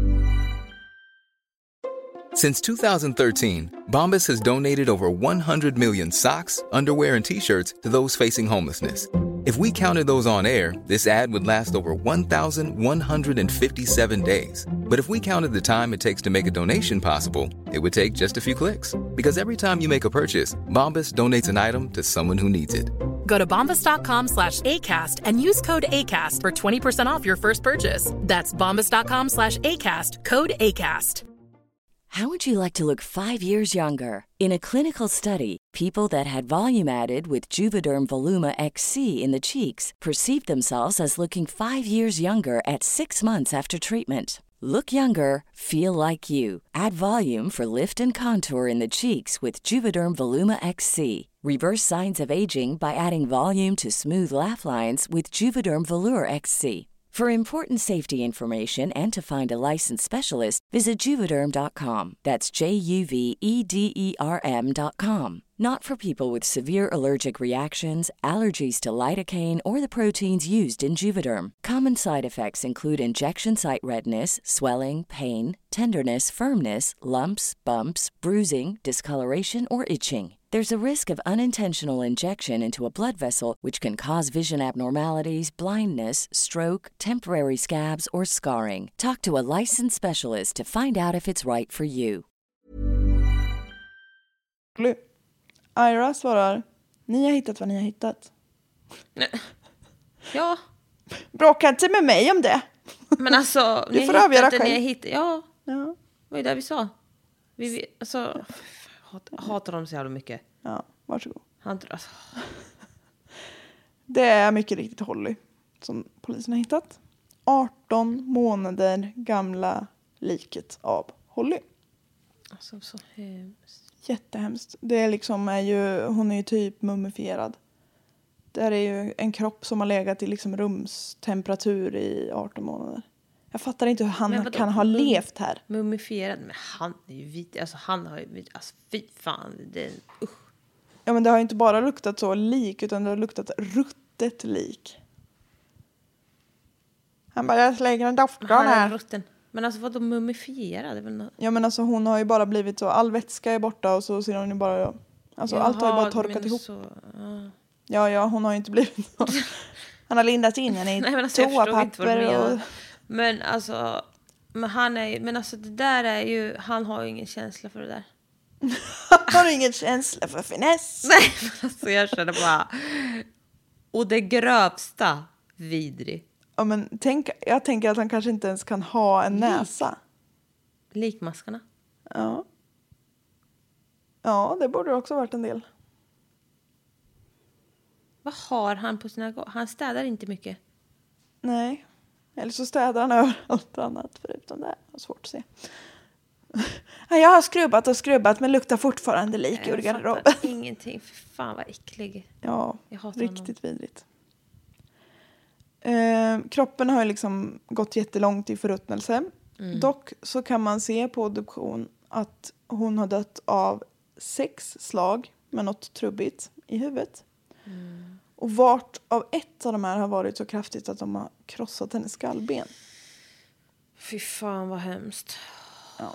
Since 2013, Bombas has donated over 100 million socks, underwear, and T-shirts to those facing homelessness. If we counted those on air, this ad would last over 1,157 days. But if we counted the time it takes to make a donation possible, it would take just a few clicks. Because every time you make a purchase, Bombas donates an item to someone who needs it. Go to bombas.com/ACAST and use code ACAST for 20% off your first purchase. That's bombas.com/ACAST, code ACAST. How would you like to look 5 years younger? In a clinical study, people that had volume added with Juvederm Voluma XC in the cheeks perceived themselves as looking 5 years younger at 6 months after treatment. Look younger, feel like you. Add volume for lift and contour in the cheeks with Juvederm Voluma XC. Reverse signs of aging by adding volume to smooth laugh lines with Juvederm Volure XC. For important safety information and to find a licensed specialist, visit Juvederm.com. That's JUVEDERM.com. Not for people with severe allergic reactions, allergies to lidocaine, or the proteins used in Juvederm. Common side effects include injection site redness, swelling, pain, tenderness, firmness, lumps, bumps, bruising, discoloration, or itching. There's a risk of unintentional injection into a blood vessel, which can cause vision abnormalities, blindness, stroke, temporary scabs, or scarring. Talk to a licensed specialist to find out if it's right for you. Ira svarar, ni har hittat vad ni har hittat. Ja. Bråka inte med mig om det. Men alltså, du får avgöra själv. Ja. Vad är det vi sa? Alltså, hatar dem så jävla mycket. Ja, varsågod. Alltså. Det är mycket riktigt Holly som polisen har hittat. 18 månader gamla liket av Holly. Alltså, så hemskt. Jättehemskt. Det är liksom hon är ju typ mumifierad. Det är ju en kropp som har legat i liksom rumstemperatur i 18 månader. Jag fattar inte hur han kan ha levt här. Mumifierad, men han är ju vit. Alltså han har ju, alltså fy fan, det är usch. Ja, men det har ju inte bara luktat så lik, utan det har luktat ruttet lik. Han bara, jag slänger en doftgran här. Rutten. Men alltså vadå mumifierad? Ja, men alltså hon har ju bara blivit så, all vätska är borta och så ser hon ju bara, alltså allt har ju bara torkat ihop. Så, Ja, hon har ju inte blivit så. Han har lindat in henne i toapapper och... Men alltså, men han är, men alltså det där är ju, han har ju ingen känsla för det där. Har du ingen känsla för finess? Nej, alltså jag känner bara... Och det grövsta vidrig. Ja, men jag tänker att han kanske inte ens kan ha en näsa. Likmaskarna. Ja. Ja, det borde också varit en del. Vad har han på sina... Han städar inte mycket. Nej. Eller så städar han överallt annat förutom det. Det är svårt att se. Ja, jag har skrubbat men luktar fortfarande lik ur garderoben. Jag fattar ingenting. För fan vad äcklig. Ja, jag hatar riktigt vidrigt. Kroppen har liksom gått jättelångt i förruttnelse. Dock så kan man se på obduktion att hon har dött av 6 slag med något trubbigt i huvudet. Och vart av ett av de här har varit så kraftigt att de har krossat hennes skallben. Fy fan vad hemskt. Ja.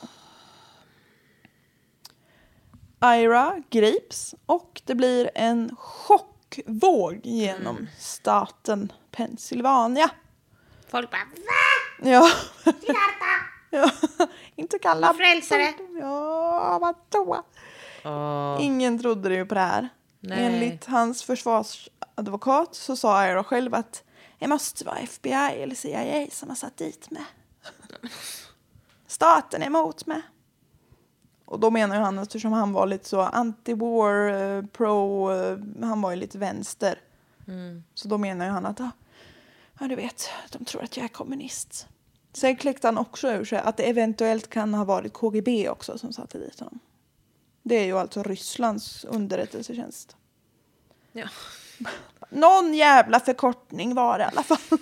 Ira grips och det blir en chockvåg genom staten Pennsylvania. Folk bara, va? Ja. Ja. Inte kalla. Vad frälsare. Ja, vadå? Ingen trodde det ju på det här. Nej. Enligt hans försvarsadvokat så sa Ira själv att det måste vara FBI eller CIA som har satt dit mig. Staten är emot mig. Och då menar ju han, eftersom han var lite så anti-war, pro, han var ju lite vänster. Så då menar ju han att, ja du vet, de tror att jag är kommunist. Sen kläckte han också ur sig att det eventuellt kan ha varit KGB också som satte dit honom. Det är ju alltså Rysslands underrättelsetjänst. Ja. Någon jävla förkortning var det i alla fall.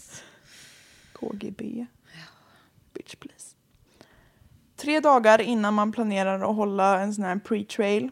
KGB. Bitch please. 3 dagar innan man planerar att hålla en sån här pre-trial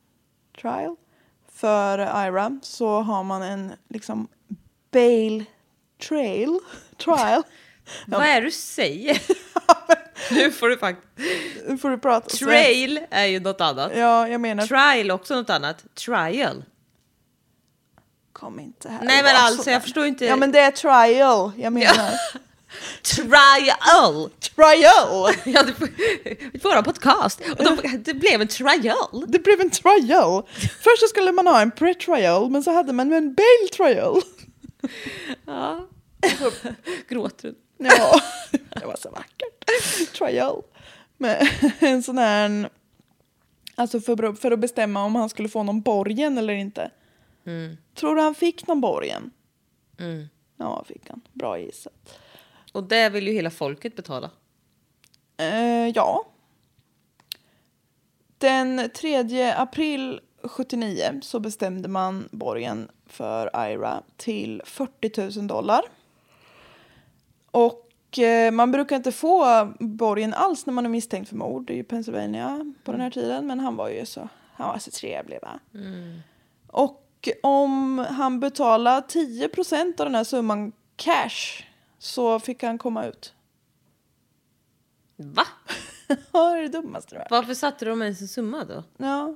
för Ira så har man en liksom bail trial. Vad är det du säger? Nu får du faktiskt... Nu får du prata. Trail är ju något annat. Ja, jag menar... Trial också något annat. Trial. Kom inte här. Nej, men alltså, jag förstår inte... Ja, men det är trial, jag menar. Trial! Ja, det får en podcast. Och det blev en trial. Det blev en trial. Först så skulle man ha en pre-trial, men så hade man en bail trial. Ja. Gråter du? Ja, det var så vackert. Trial. Med en sån här... Alltså för att bestämma om han skulle få någon borgen eller inte. Tror du han fick någon borgen? Ja, fick han. Bra gissat. Och det vill ju hela folket betala. Ja. Den 3 april 79 så bestämde man borgen för Ira till $40,000. Och man brukar inte få borgen alls när man är misstänkt för mord i Pennsylvania på den här tiden. Men han var så trevlig, va? Och om han betalade 10% av den här summan cash så fick han komma ut. Va? Ja, det är det dummaste du har. Varför satte de ens en summa då? Ja.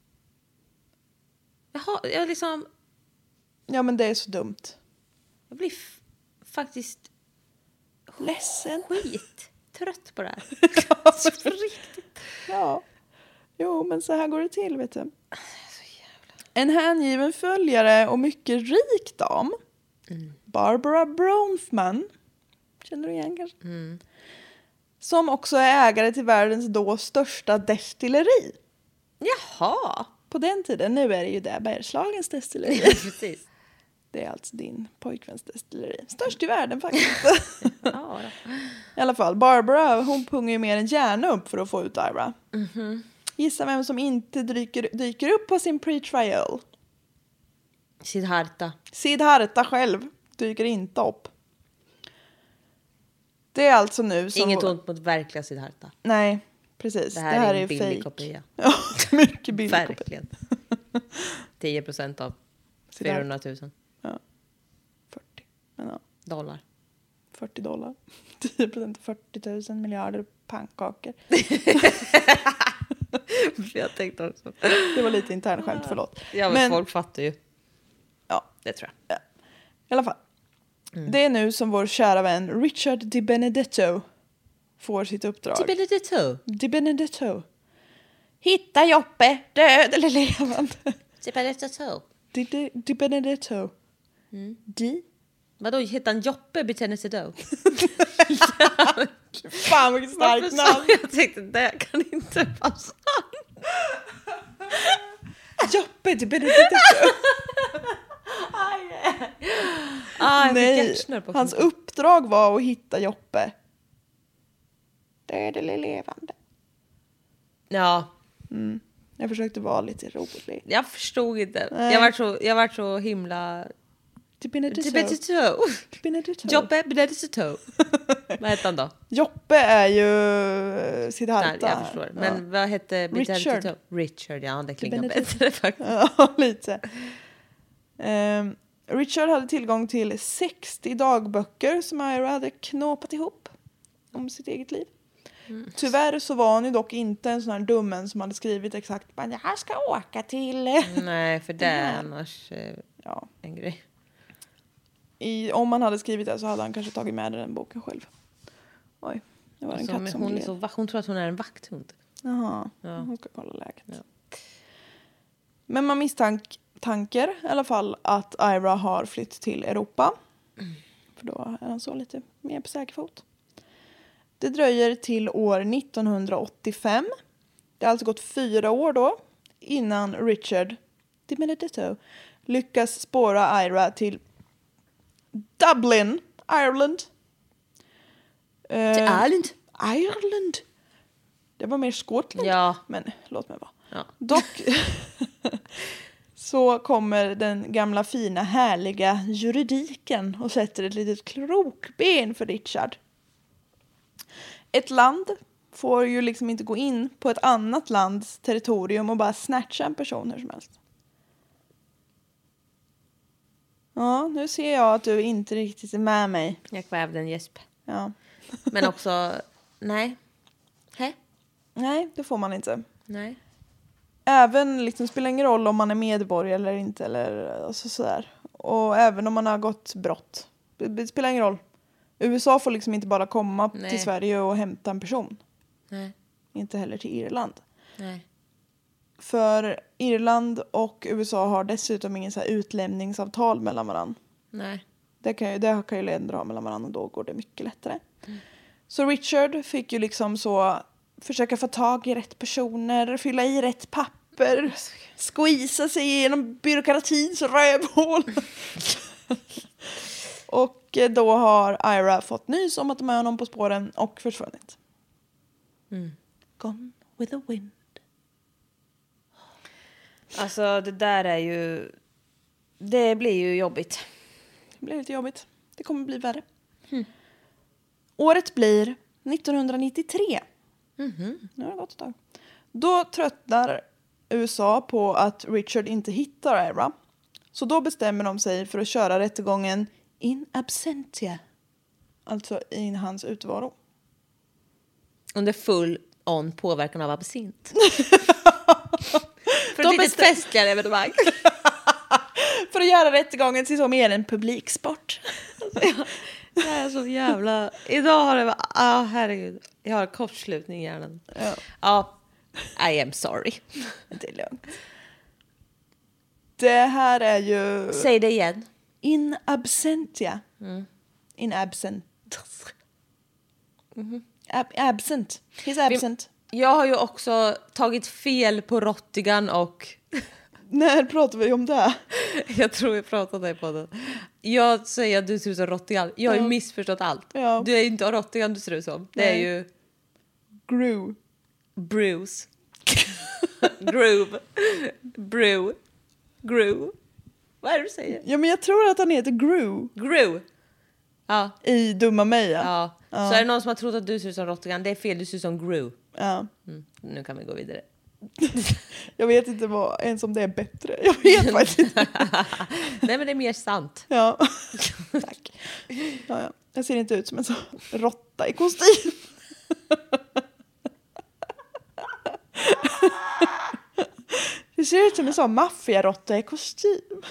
Jaha, jag liksom... Ja, men det är så dumt. Jag blir faktiskt... ledsen. Trött på det här. Alltså, riktigt. Ja. Jo, men så här går det till, vet du. En hängiven följare och mycket rik dam. Barbara Bronfman. Känner du igen kanske? Som också är ägare till världens då största destilleri. Jaha. På den tiden, nu är det ju där Bergslagens destilleri. Ja, precis. Det är alltså din pojkväns destilleri. Störst i världen faktiskt. Ja, i alla fall, Barbara, hon pungar ju mer än gärna upp för att få ut Ira. Gissa vem som inte dyker upp på sin pre-trial. Siddhartha själv dyker inte upp. Det är alltså nu som... Inget ont mot verkliga Siddhartha. Nej, precis. Det här är en billig kopia. Ja, mycket billig verkligen. 10% av 400 000. Ja, 40. Men ja. Dollar. $40. 10% 40 000 miljarder pannkakor. Jag tänkte också. Det var lite internskämt, förlåt. Ja, men folk fattar ju. Ja, det tror jag. Ja. I alla fall. Det är nu som vår kära vän Richard DiBenedetto får sitt uppdrag. DiBenedetto? DiBenedetto. Hitta Joppe, död eller levande. Di Benedetto. Di Benedetto. Di? Vadå, hitta en Joppe Benedetto? Fan vilket starkt namn. Jag tänkte, det kan inte passa. Joppe Di Benedetto. Nej, hans uppdrag var att hitta Joppe. Död eller levande. Ja. Jag försökte vara lite rolig. Jag förstod inte. Jag var så himla... Di Benedetto. Joppe Benedetto. Vad heter han då? Joppe är ju Siddhartha. Nej, jag förstår. Men vad hette Benedetto? Richard, ja, det klingar bättre faktiskt. Ja, lite. Richard hade tillgång till 60 dagböcker som Ira hade knåpat ihop om sitt eget liv. Tyvärr så var han ju dock inte en sån här dummen som hade skrivit exakt jag ska åka till... Nej, för det är annars en grej. Om man hade skrivit det så hade han kanske tagit med den boken själv. Oj, det var en katt som hon tror att hon är en vakthund. Jaha, hon ska kolla läget. Ja. Men man misstänker i alla fall att Ira har flytt till Europa. För då är han så lite mer på säker fot. Det dröjer till år 1985. Det har alltså gått 4 år då innan Richard Di Benedetto lyckas spåra Ira till Dublin, Ireland. Till Ireland. Det var mer Skottland. Ja. Men låt mig vara. Ja. Dock så kommer den gamla fina härliga juridiken och sätter ett litet krokben för Richard. Ett land får ju liksom inte gå in på ett annat lands territorium och bara snatcha en person hur som helst. Ja, nu ser jag att du inte riktigt är med mig. Jag kvävde en gäsp. Ja. Men också, nej. Nej, det får man inte. Nej. Även liksom spelar ingen roll om man är medborgare eller inte eller alltså sådär. Och även om man har gått brott. Det spelar ingen roll. USA får liksom inte bara komma till Sverige och hämta en person. Nej. Inte heller till Irland. Nej. För Irland och USA har dessutom ingen så här utlämningsavtal mellan varandra. Nej. Det kan ju länder ha mellan varandra och då går det mycket lättare. Så Richard fick ju liksom så försöka få tag i rätt personer, fylla i rätt papper, squeeza sig igenom byråkratins rövhål. Och då har Ira fått nys om att de är honom på spåren och försvunnit. Gone with the wind. Alltså det där är ju... Det blir ju jobbigt. Det blir lite jobbigt. Det kommer bli värre. Året blir 1993. Nu har det gått ett tag. Då tröttnar USA på att Richard inte hittar Ira. Så då bestämmer de sig för att köra rättegången in absentia. Alltså i hans utvaro. Under full on påverkan av absint. För ett litet festligare evenemang. För att göra rättegången till så mer en publiksport. Det är så jävla... Idag har det varit... herregud. Jag har kortslutning i hjärnan. Ja. I am sorry. Det är lugnt. Det här är ju... Säg det igen. In absentia. In absent. Absent. He's absent. Jag har ju också tagit fel på Rottigan och... När pratar vi om det? Jag tror vi pratade på det. Jag säger att du ser ut som Rottigan. Jag har ju missförstått allt. Ja. Du är ju inte Rottigan du ser ut som. Det är ju... Bruce. Groove. Groove. Vad är det du säger? Ja, men jag tror att han heter Gru. Ja. I Dumma Meja. Ja. Så är det någon som har trott att du ser ut som Rottigan. Det är fel, du ser ut som Gru. Ja. Nu kan vi gå vidare. Jag vet inte ens om det är bättre. Jag vet faktiskt inte. Nej, men det är mer sant. Ja. Tack. Ja. Jag ser inte ut som en så råtta i kostym. Du ser ut som en sån maffiaråtta i kostym.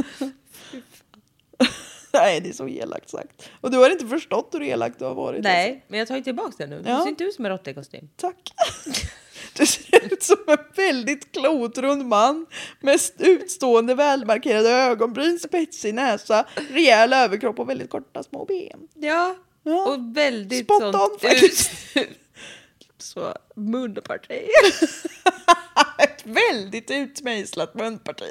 Nej, det är så elakt sagt. Och du har inte förstått hur elakt du har varit. Nej, men jag tar ju tillbaka det nu. Du ser inte ut som en råtta i kostym. Tack. Det ser ut som en väldigt klotrund man med utstående välmarkerade ögonbryn, spetsig näsa, rejäl överkropp och väldigt korta små ben. Ja. Och väldigt spot sånt on, faktiskt. Så munparti. Ett väldigt utmejslat munparti.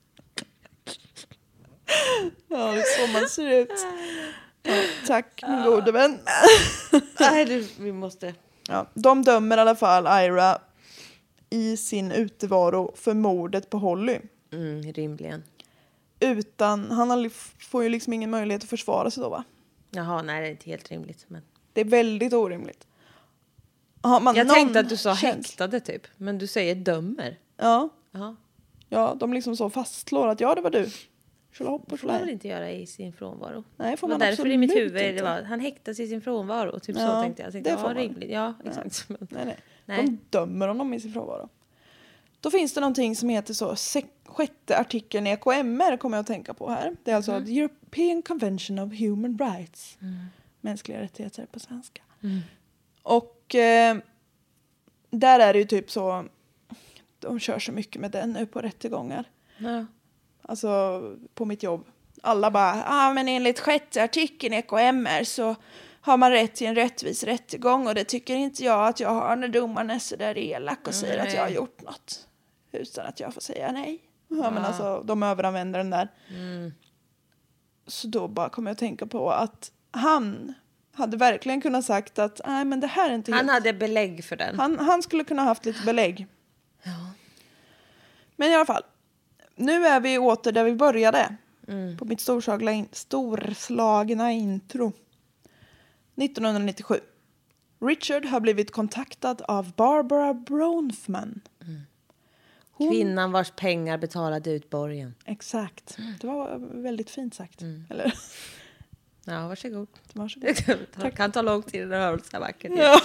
Ja, det är så man ser ut. Ja, tack, min gode vän. Nej, vi måste... Ja, de dömer i alla fall Ira i sin utevaro för mordet på Holly. Rimligen. Han får ju liksom ingen möjlighet att försvara sig då, va? Jaha, nej, det är inte helt rimligt. Men... Det är väldigt orimligt. Jag tänkte att du sa häktade typ, men du säger dömer. Ja. Jaha. Ja, de liksom så fastslår att ja, det var du. Det får man väl inte göra i sin frånvaro. Nej, får man därför absolut i mitt huvud inte. Det var, han häktas i sin frånvaro. Typ så tänkte jag. Det får man. Rimligt. Ja, exakt. Ja. Nej. De dömer honom i sin frånvaro. Då finns det någonting som heter så sjätte artikeln i EKMR kommer jag att tänka på här. Det är alltså The European Convention of Human Rights. Mänskliga rättigheter på svenska. Och där är det ju typ så, de kör så mycket med den nu på rättegångar. Ja. Alltså på mitt jobb. Alla bara, men enligt sjätte artikeln i EKMR så har man rätt till en rättvis rättegång. Och det tycker inte jag att jag har när domaren är så där elak och säger att jag har gjort något. Utan att jag får säga nej. Ja, men alltså de överanvänder den där. Så då bara kom jag att tänka på att han hade verkligen kunnat sagt att nej, men det här är inte han helt... hade belägg för den. Han skulle kunna haft lite belägg. Ja. Men i alla fall. Nu är vi åter där vi började. På mitt storslagna intro. 1997. Richard har blivit kontaktad av Barbara Bronfman. Kvinnan vars pengar betalade ut borgen. Exakt. Det var väldigt fint sagt. Eller? Ja, varsågod. Tack. Kan ta lång tid när det hörs så vackert. Ja.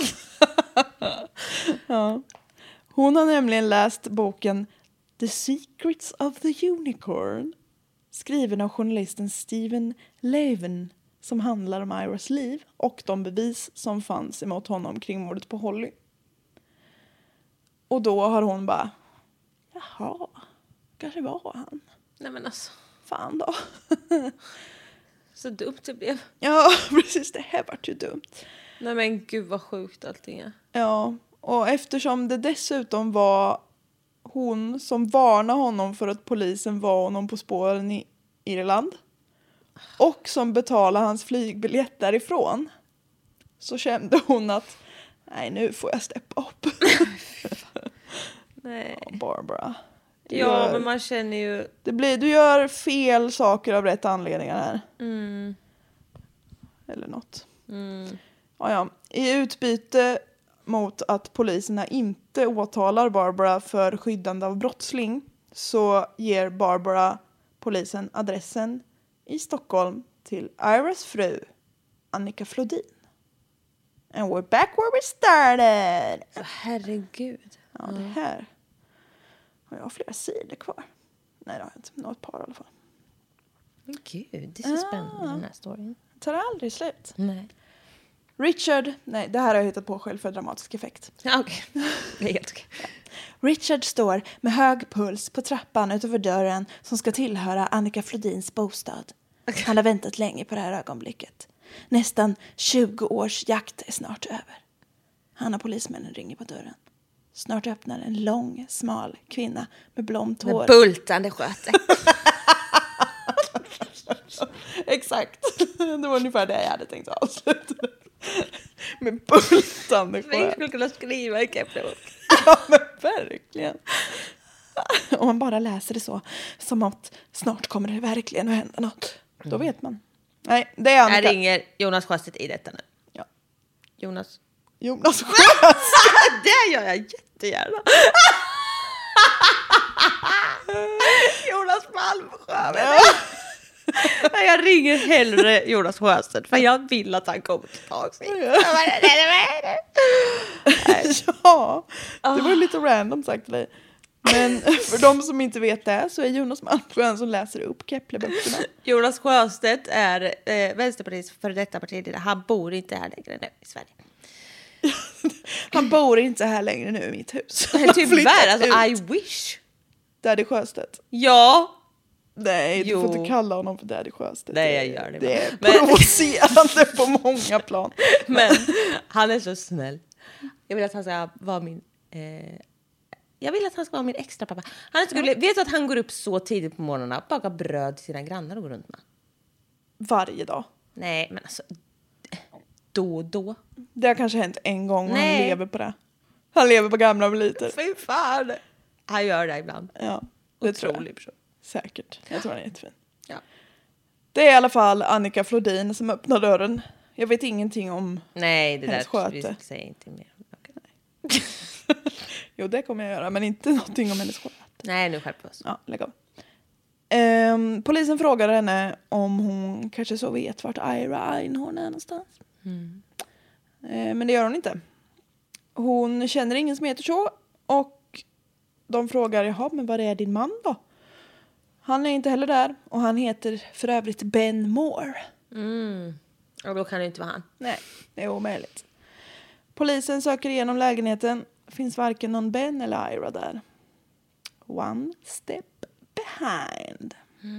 Ja. Hon har nämligen läst boken The Secrets of the Unicorn, skriven av journalisten Stephen Levin, som handlar om Iras liv och de bevis som fanns emot honom kring mordet på Holly. Och då har hon bara, jaha, kanske var han. Nej men alltså. Fan då. Så dumt det blev. Ja, precis, det här vart ju dumt. Nej men gud vad sjukt allting är. Ja, och eftersom det dessutom var hon som varnade honom för att polisen var honom på spåren i Irland och som betalade hans flygbiljett därifrån, så kände hon att nej, nu får jag steppa upp. Nej. Ja, Barbara. Men man känner ju... Du gör fel saker av rätt anledningar här. Eller något. Ja. I utbyte mot att poliserna inte åtalar Barbara för skyddande av brottsling så ger Barbara polisen adressen i Stockholm till Iras fru Annika Flodin. And we're back where we started. Så herregud. Ja, det här. Och jag har flera sidor kvar. Nej, det har jag inte. Något par i alla fall. Men gud, det är så spännande den här storyn. Tar det aldrig slut? Nej. Richard, nej, det här har jag hittat på själv för dramatisk effekt. Ja, okej. Det är helt okej. Richard står med hög puls på trappan utanför dörren som ska tillhöra Annika Flodins bostad. Han har väntat länge på det här ögonblicket. Nästan 20 års jakt är snart över. Han och polismännen ringer på dörren. Snart öppnar en lång, smal kvinna med blont hår. Med bultande sköte. Exakt. Det var ungefär det jag hade tänkt avsluta. Med bultande sköte. Vi skulle kunna skriva i Kepler. Ja, men verkligen. Om man bara läser det så, som att snart kommer det verkligen att hända något. Då vet man. Nej, det är Annika. Jag ringer Jonas Sjöstedt i detta nu. Ja. Jonas Sjöstedt. Det gör jag jättegärna. Jonas Malmsjö. Jag ringer hellre Jonas Sjöstedt för jag vill att han kommer tillbaka. Ja, det var lite random sagt till dig. Men för de som inte vet det så är Jonas Malmsjö som läser upp Kepler-böckerna. Jonas Sjöstedt är Vänsterpartiets för detta partiledare. Han bor inte här längre nu i Sverige. Han bor inte här längre nu i mitt hus. Tyvärr, alltså I wish. Daddy Sjöstedt. Ja. Nej, du får inte kalla honom för Daddy Sjöstedt. Nej, jag gör det. Det är provocerande på många plan. Men han är så snäll. Jag vill att han ska vara min... jag vill att han ska vara min extra pappa. Han är så gullig. Vet du att han går upp så tidigt på morgnarna, bakar bröd till sina grannar och går runt med? Varje dag? Nej, men alltså... Då och då. Det har kanske hänt en gång och han lever på det. Han lever på gamla meriter. Fy fan. Han gör det ibland. Ja, det tror jag. Person. Säkert. Jag tror han är jättefin. Ja. Det är i alla fall Annika Flodin som öppnar dörren. Jag vet ingenting om Nej, det hennes där sköte. vi säger inte mer. Okay. Jo, det kommer jag göra, men inte någonting om hennes sköte. Nej, nu skärper vi oss. Ja, lägg av. Polisen frågar henne om hon kanske så vet vart Ira Einhorn är någonstans. Men det gör hon inte. Hon känner ingen som heter så. Och de frågar, jaha, men var är din man då? Han är inte heller där. Och han heter för övrigt Ben Moore. Och då kan det inte vara han. Nej, det är omöjligt. Polisen söker igenom lägenheten. Finns varken någon Ben eller Ira där. One step behind.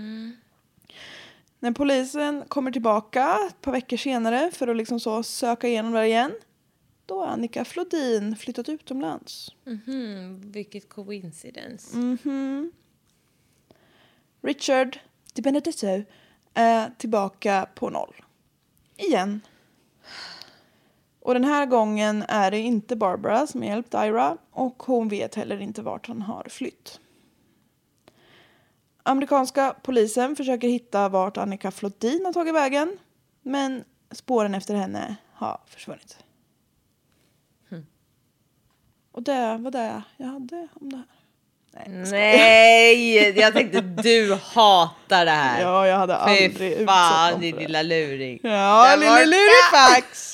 När polisen kommer tillbaka ett par veckor senare för att liksom så söka igenom där igen, då har Annika Flodin flyttat utomlands. Vilket coincidence. Richard Di Benedetto är tillbaka på noll. Igen. Och den här gången är det inte Barbara som har hjälpt Ira och hon vet heller inte vart han har flytt. Amerikanska polisen försöker hitta vart Annika Flodin har tagit vägen, men spåren efter henne har försvunnit. Och det var det jag hade om det här. Nej, jag tänkte du hatar det här. Ja, jag hade aldrig Fy fan, din lilla luring. Ja, lurifax.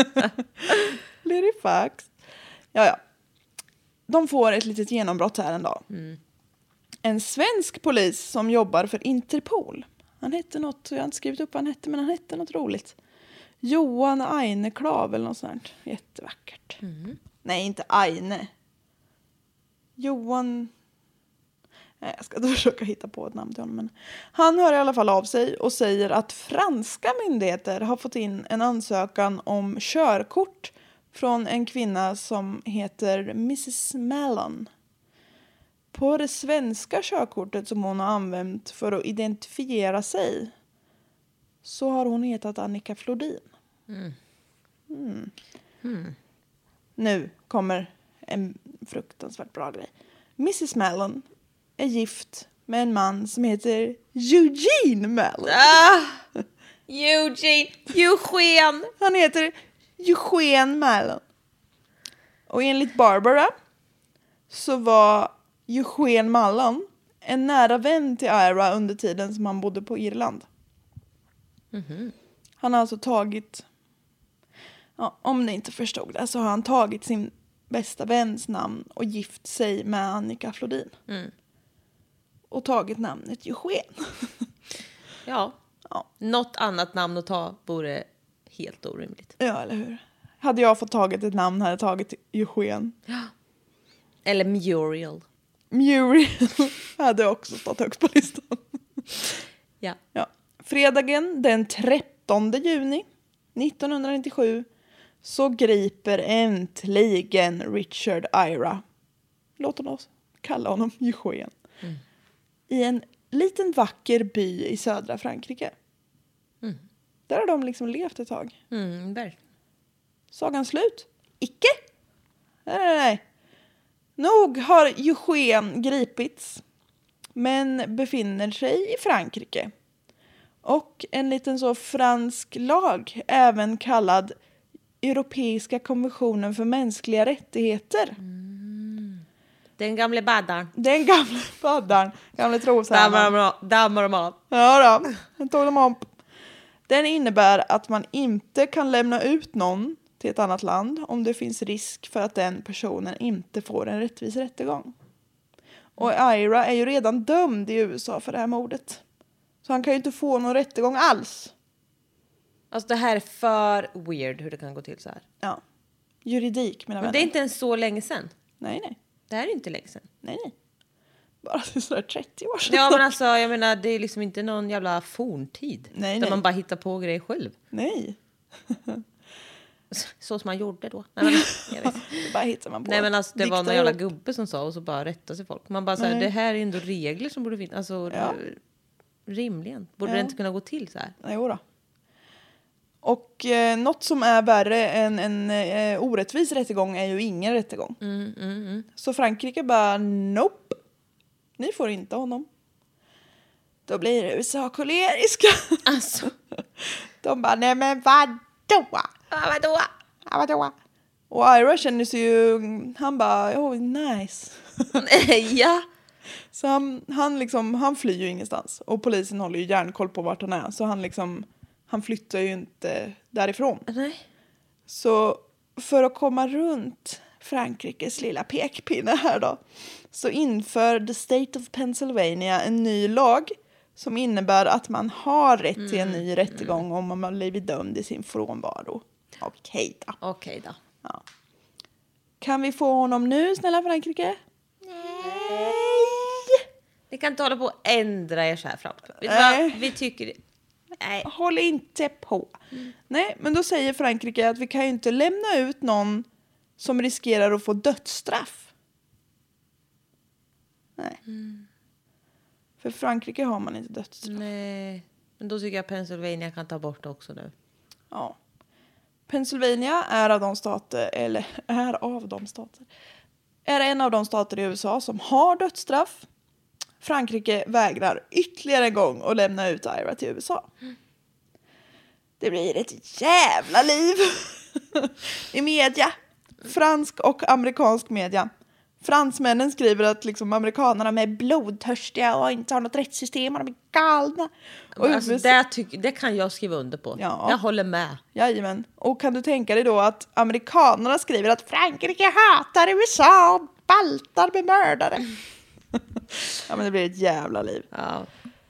Lurifax. Ja. De får ett litet genombrott här en dag. En svensk polis som jobbar för Interpol. Han hette något, jag har inte skrivit upp vad han hette, men han hette något roligt. Johan Eineklav eller något sånt. Jättevackert. Nej, inte Aine. Johan... Nej, jag ska försöka hitta på ett namn till honom. Men han hör i alla fall av sig och säger att franska myndigheter har fått in en ansökan om körkort från en kvinna som heter Mrs. Mallon. På det svenska körkortet som hon har använt för att identifiera sig så har hon hetat Annika Flodin. Nu kommer en fruktansvärt bra grej. Mrs. Mallon är gift med en man som heter Eugene Mallon. Eugene. Han heter Eugene Mallon. Och enligt Barbara så var Eugene Mallon en nära vän till Ira under tiden som han bodde på Irland. Han har alltså tagit... Ja, om ni inte förstod det så har han tagit sin bästa väns namn och gift sig med Annika Flodin. Och tagit namnet Eugene. Ja. Något annat namn att ta vore helt orimligt. Ja, eller hur? Hade jag fått tagit ett namn hade jag tagit Eugene. Ja. Eller Muriel. Muriel hade också stått högst på listan. Ja. Fredagen den 13 juni 1997 så griper äntligen Richard Ira. Låt oss kalla honom Eugene. I en liten vacker by i södra Frankrike. Där har de liksom levt ett tag. Där. Sagan slut? Icke? Nej. Nog har Eugene gripits. Men befinner sig i Frankrike. Och en liten så fransk lag, även kallad Europeiska konventionen för mänskliga rättigheter. Den gamle baddaren. Gamle trosherran. Dammar de av. Ja då, den tog dem om. Den innebär att man inte kan lämna ut någon till ett annat land om det finns risk för att den personen inte får en rättvis rättegång. Och Ira är ju redan dömd i USA för det här mordet. Så han kan ju inte få någon rättegång alls. Alltså det här är för weird hur det kan gå till så här. Ja. Juridik, mina vänner. Men det är inte ens så länge sedan. Nej. Det här är inte länge sedan. Nej. Bara sådär 30 år sedan. Ja, men alltså, jag menar, det är liksom inte någon jävla forntid. Nej. Där man bara hittar på grejer själv. Nej. Så som man gjorde då. Nej, men, jag vet. Bara hittar man på. Nej, men alltså, det var någon jävla gubbe som sa och så bara rättade sig folk. Man bara så här, det här är ändå regler som borde finnas. Alltså, rimligen. Borde det inte kunna gå till så här? Jo då. Och något som är värre än en orättvis rättegång är ju ingen rättegång. Så Frankrike bara, nope. Ni får inte honom. Då blir USA koleriska. Alltså. De bara, nej men vadå? Och Ira känner sig ju, han bara, oh nice. Ja. Så han flyr ju ingenstans. Och polisen håller ju järnkoll på vart han är. Så han flyttar ju inte därifrån. Nej. Så för att komma runt Frankrikes lilla pekpinne här då, så inför the state of Pennsylvania en ny lag som innebär att man har rätt till en ny rättegång om man har blivit dömd i sin frånvaro. Okej då. Ja. Kan vi få honom nu, snälla Frankrike? Nej. Ni kan inte hålla på att ändra er så här fram. Vet du vad? Vi tycker det. Nej. Håll inte på. Nej, men då säger Frankrike att vi kan ju inte lämna ut någon som riskerar att få dödsstraff. Nej. För Frankrike har man inte dödsstraff. Nej. Men då tycker jag Pennsylvania kan ta bort det också nu. Ja. Pennsylvania är en av de stater i USA som har dödsstraff. Frankrike vägrar ytterligare en gång att lämna ut Ira till USA. Det blir ett jävla liv i media. Fransk och amerikansk media. Fransmännen skriver att liksom amerikanerna är blodtörstiga och inte har något rättssystem och de är galna. Och alltså, det kan jag skriva under på. Ja. Jag håller med. Jajamän. Och kan du tänka dig då att amerikanerna skriver att Frankrike hatar USA och baltar med mördare. Ja, men det blir ett jävla liv. Ja.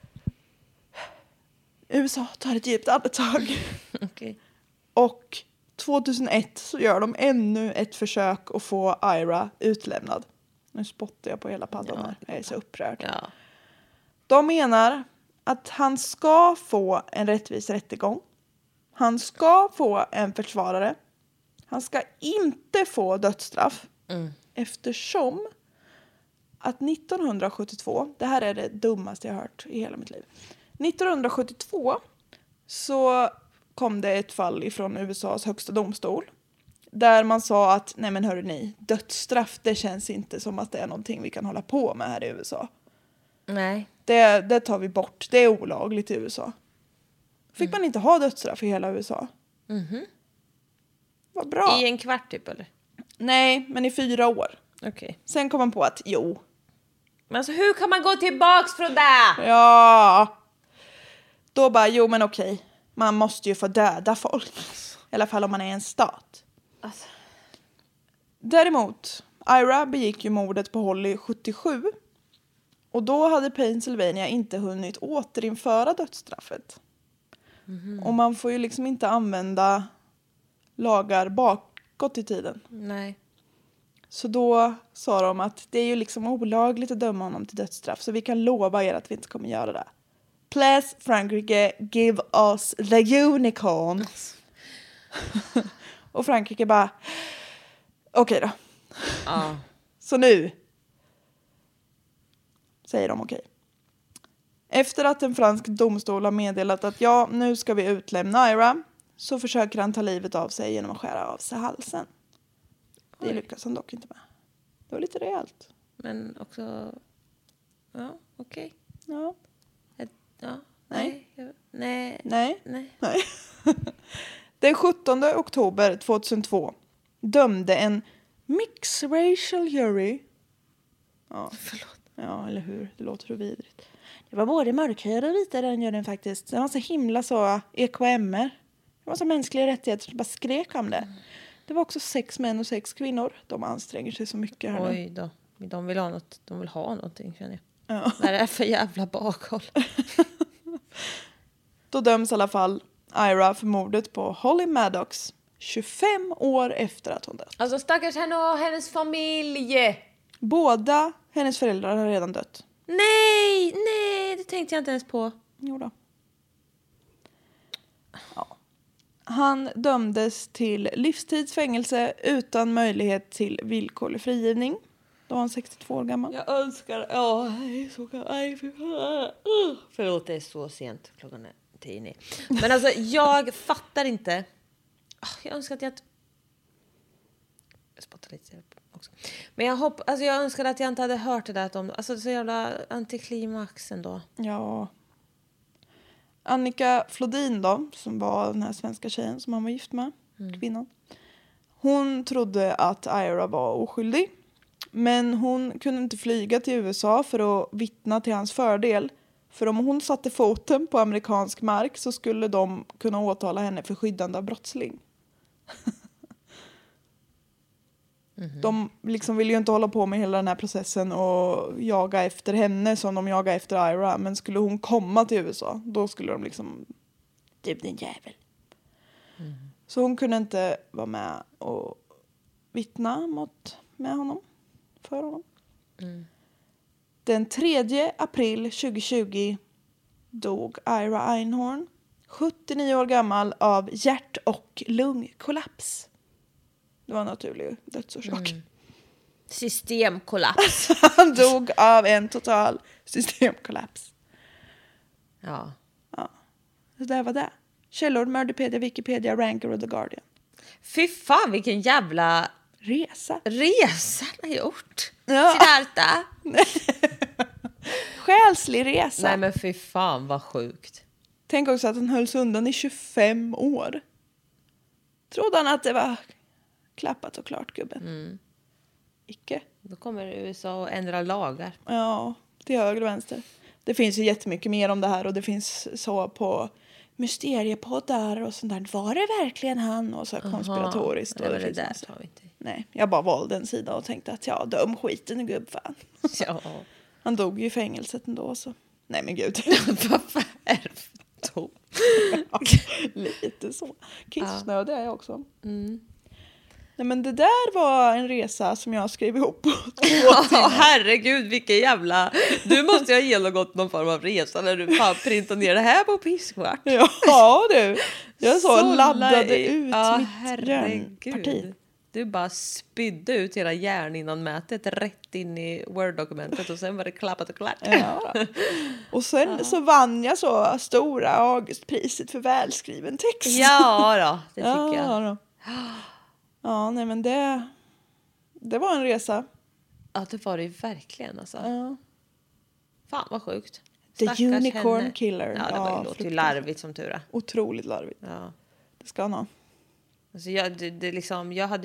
USA tar ett djupt andetag. Okay. Och 2001 så gör de ännu ett försök att få Ira utlämnad. Nu spottar jag på hela paddan här. Jag är så upprörd. Ja. De menar att han ska få en rättvis rättegång. Han ska få en försvarare. Han ska inte få dödsstraff. Eftersom att 1972, det här är det dummaste jag har hört i hela mitt liv. 1972 så kom det ett fall ifrån USAs högsta domstol. Där man sa att, nej men hörru ni, dödsstraff, det känns inte som att det är någonting vi kan hålla på med här i USA. Nej. Det tar vi bort, det är olagligt i USA. Fick man inte ha dödsstraff i hela USA? Vad bra. I en kvart typ eller? Nej, men i 4 år. Okay. Sen kom man på att, men alltså hur kan man gå tillbaks från det? Ja. Då bara, men okej. Man måste ju få döda folk. I alla fall om man är en stat. Alltså. Däremot, Ira begick ju mordet på Holly 77. Och då hade Pennsylvania inte hunnit återinföra dödsstraffet. Och man får ju liksom inte använda lagar bakåt i tiden. Nej. Så då sa de att det är ju liksom olagligt att döma honom till dödsstraff. Så vi kan lova er att vi inte kommer göra det. Please, Frankrike, give us the unicorn. Och Frankrike bara, okej då. Ja. Så nu säger de okej. Efter att en fransk domstol har meddelat att nu ska vi utlämna Ira, så försöker han ta livet av sig genom att skära av sig halsen. Det lyckas han dock inte med. Det var lite rejält. Men också, ja, okej. Ja. Ja, Nej. Nej. Den 17 oktober 2002 dömde en mixed racial jury. Ja. Förlåt. Ja, eller hur? Det låter så vidrigt. Det var både mörkhyade och vita den juryn faktiskt. Det var så himla så EKMR. Det var så mänskliga rättigheter som bara skrek om det. Det var också 6 män och 6 kvinnor. De anstränger sig så mycket här nu. Oj då. De vill ha något. De vill ha någonting, känner jag. Ja. Vad är det för jävla bakhåll? Då döms i alla fall Ira för mordet på Holly Maddox, 25 år efter att hon dött. Alltså stackars henne och hennes familj. Båda hennes föräldrar har redan dött. Nej, det tänkte jag inte ens på. Jo då. Ja. Han dömdes till livstidsfängelse utan möjlighet till villkorlig frigivning. Då var han 62 år gammal. Jag önskar... Förlåt, det är så sent. Klockan är 10. Men alltså, jag fattar inte. Jag önskar att jag... Jag spottar lite också. Men jag önskar att jag inte hade hört det där om... Alltså, så jävla antiklimax ändå. Ja. Annika Flodin då, som var den här svenska tjejen som han var gift med, kvinnan. Hon trodde att Ira var oskyldig. Men hon kunde inte flyga till USA för att vittna till hans fördel. För om hon satte foten på amerikansk mark så skulle de kunna åtala henne för skyddande av brottsling. De liksom ville ju inte hålla på med hela den här processen och jaga efter henne som de jagar efter Ira. Men skulle hon komma till USA, då skulle de liksom... Du din jävel. Så hon kunde inte vara med och vittna med honom. För honom. Den 3 april 2020 dog Ira Einhorn, 79 år gammal, av hjärt- och lungkollaps. Det var en naturlig dödsorsak. Systemkollaps. Han dog av en total systemkollaps. Ja. Så där var det. Källor: Murderpedia, Wikipedia, Ranker och The Guardian. Fy fan, vilken jävla... Resa han har gjort. Ja. Siddhartha. Själslig resa. Nej men fy fan, vad sjukt. Tänk också att han hölls undan i 25 år. Trodde han att det var klappat och klart, gubben? Icke. Då kommer USA att ändra lagar. Ja, till höger och vänster. Det finns ju jättemycket mer om det här. Och det finns så på mysteriepoddar och sånt där. Var det verkligen han? Och så konspiratoriskt. Nej, och det där tar vi inte. Nej, jag bara valde en sida och tänkte att döm skiten i gubbfan. Ja. Han dog ju i fängelset ändå så. Nej men gud. Varför är det för tom? Lite så. Kissnödig är jag också. Nej men det där var en resa som jag skrev ihop på 2 timmar. Herregud, vilken jävla... Du måste ju ha genomgått någon form av resa när du fan printade ner det här på pisskvart. Ja du. Jag så laddade ut mitt järnparti. Du bara spydde ut hela järninnanmätet rätt in i Word-dokumentet och sen var det klappat och klart. Ja. Och sen så vann jag så stora Augustpriset för välskriven text. Ja då, det tycker jag. Då. Ja, nej men det var en resa. Ja, det var det ju verkligen alltså. Ja. Fan vad sjukt. The Stackars Unicorn henne. Liksom. Ja, det var ju låter ju larvigt som tur är. Otroligt larvigt. Ja. Det ska han ha. Alltså jag hade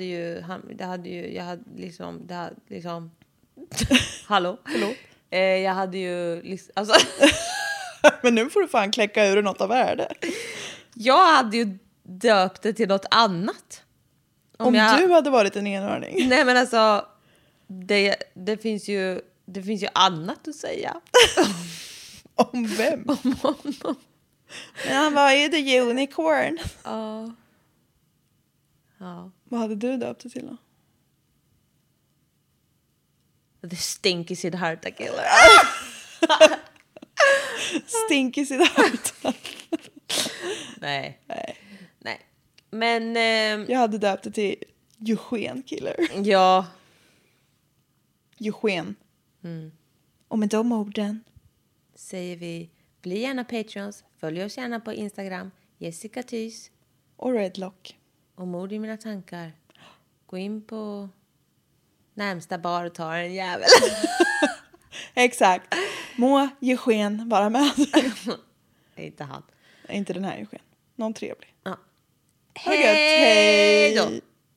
hallå? Förlåt. Jag hade ju alltså men nu får du fan kläcka ur något av värde. Jag hade ju döpt det till något annat. Om du hade varit en enhörning. Nej men alltså det finns ju annat att säga. Om vem? Om honom. Men han var ju the unicorn. Ja. Ja. Vad hade du döpt det till då? The Stinky Siddhartha Killer. Stinky Siddhartha. Nej. Men... jag hade döpt det till Eugen Killer. Ja. Eugen. Och med de orden säger vi, bli gärna Patreons. Följ oss gärna på Instagram. Jessica Thys. Och Redlock. Och Mord i mina tankar. Gå in på närmsta bar och ta en jävel. Exakt. Må Eugen vara med. Inte han. Inte den här Eugen. Någon trevlig. Ja. Hej då.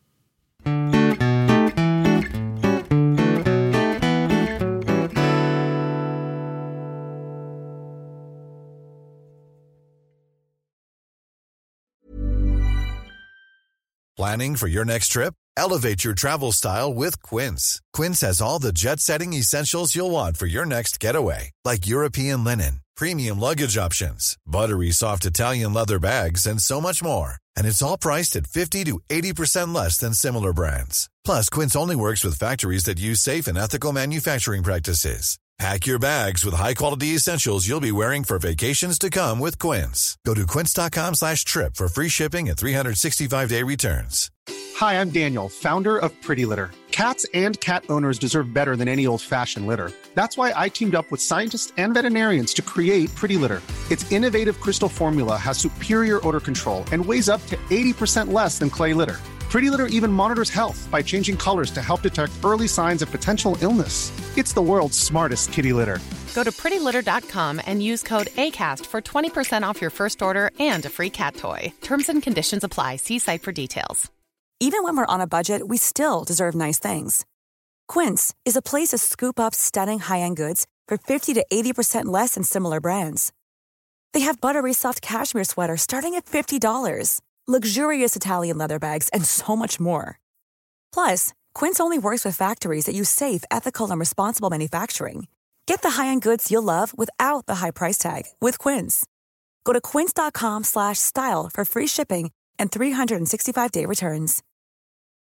Planning for your next trip? Elevate your travel style with Quince. Quince has all the jet-setting essentials you'll want for your next getaway, like European linen, premium luggage options, buttery soft Italian leather bags, and so much more. And it's all priced at 50 to 80% less than similar brands. Plus, Quince only works with factories that use safe and ethical manufacturing practices. Pack your bags with high-quality essentials you'll be wearing for vacations to come with Quince. Go to quince.com/trip for free shipping and 365-day returns. Hi, I'm Daniel, founder of Pretty Litter. Cats and cat owners deserve better than any old-fashioned litter. That's why I teamed up with scientists and veterinarians to create Pretty Litter. Its innovative crystal formula has superior odor control and weighs up to 80% less than clay litter. Pretty Litter even monitors health by changing colors to help detect early signs of potential illness. It's the world's smartest kitty litter. Go to prettylitter.com and use code ACAST for 20% off your first order and a free cat toy. Terms and conditions apply. See site for details. Even when we're on a budget, we still deserve nice things. Quince is a place to scoop up stunning high-end goods for 50 to 80% less than similar brands. They have buttery soft cashmere sweaters starting at $50, luxurious Italian leather bags, and so much more. Plus, Quince only works with factories that use safe, ethical, and responsible manufacturing. Get the high-end goods you'll love without the high price tag with Quince. Go to quince.com/style for free shipping and 365-day returns.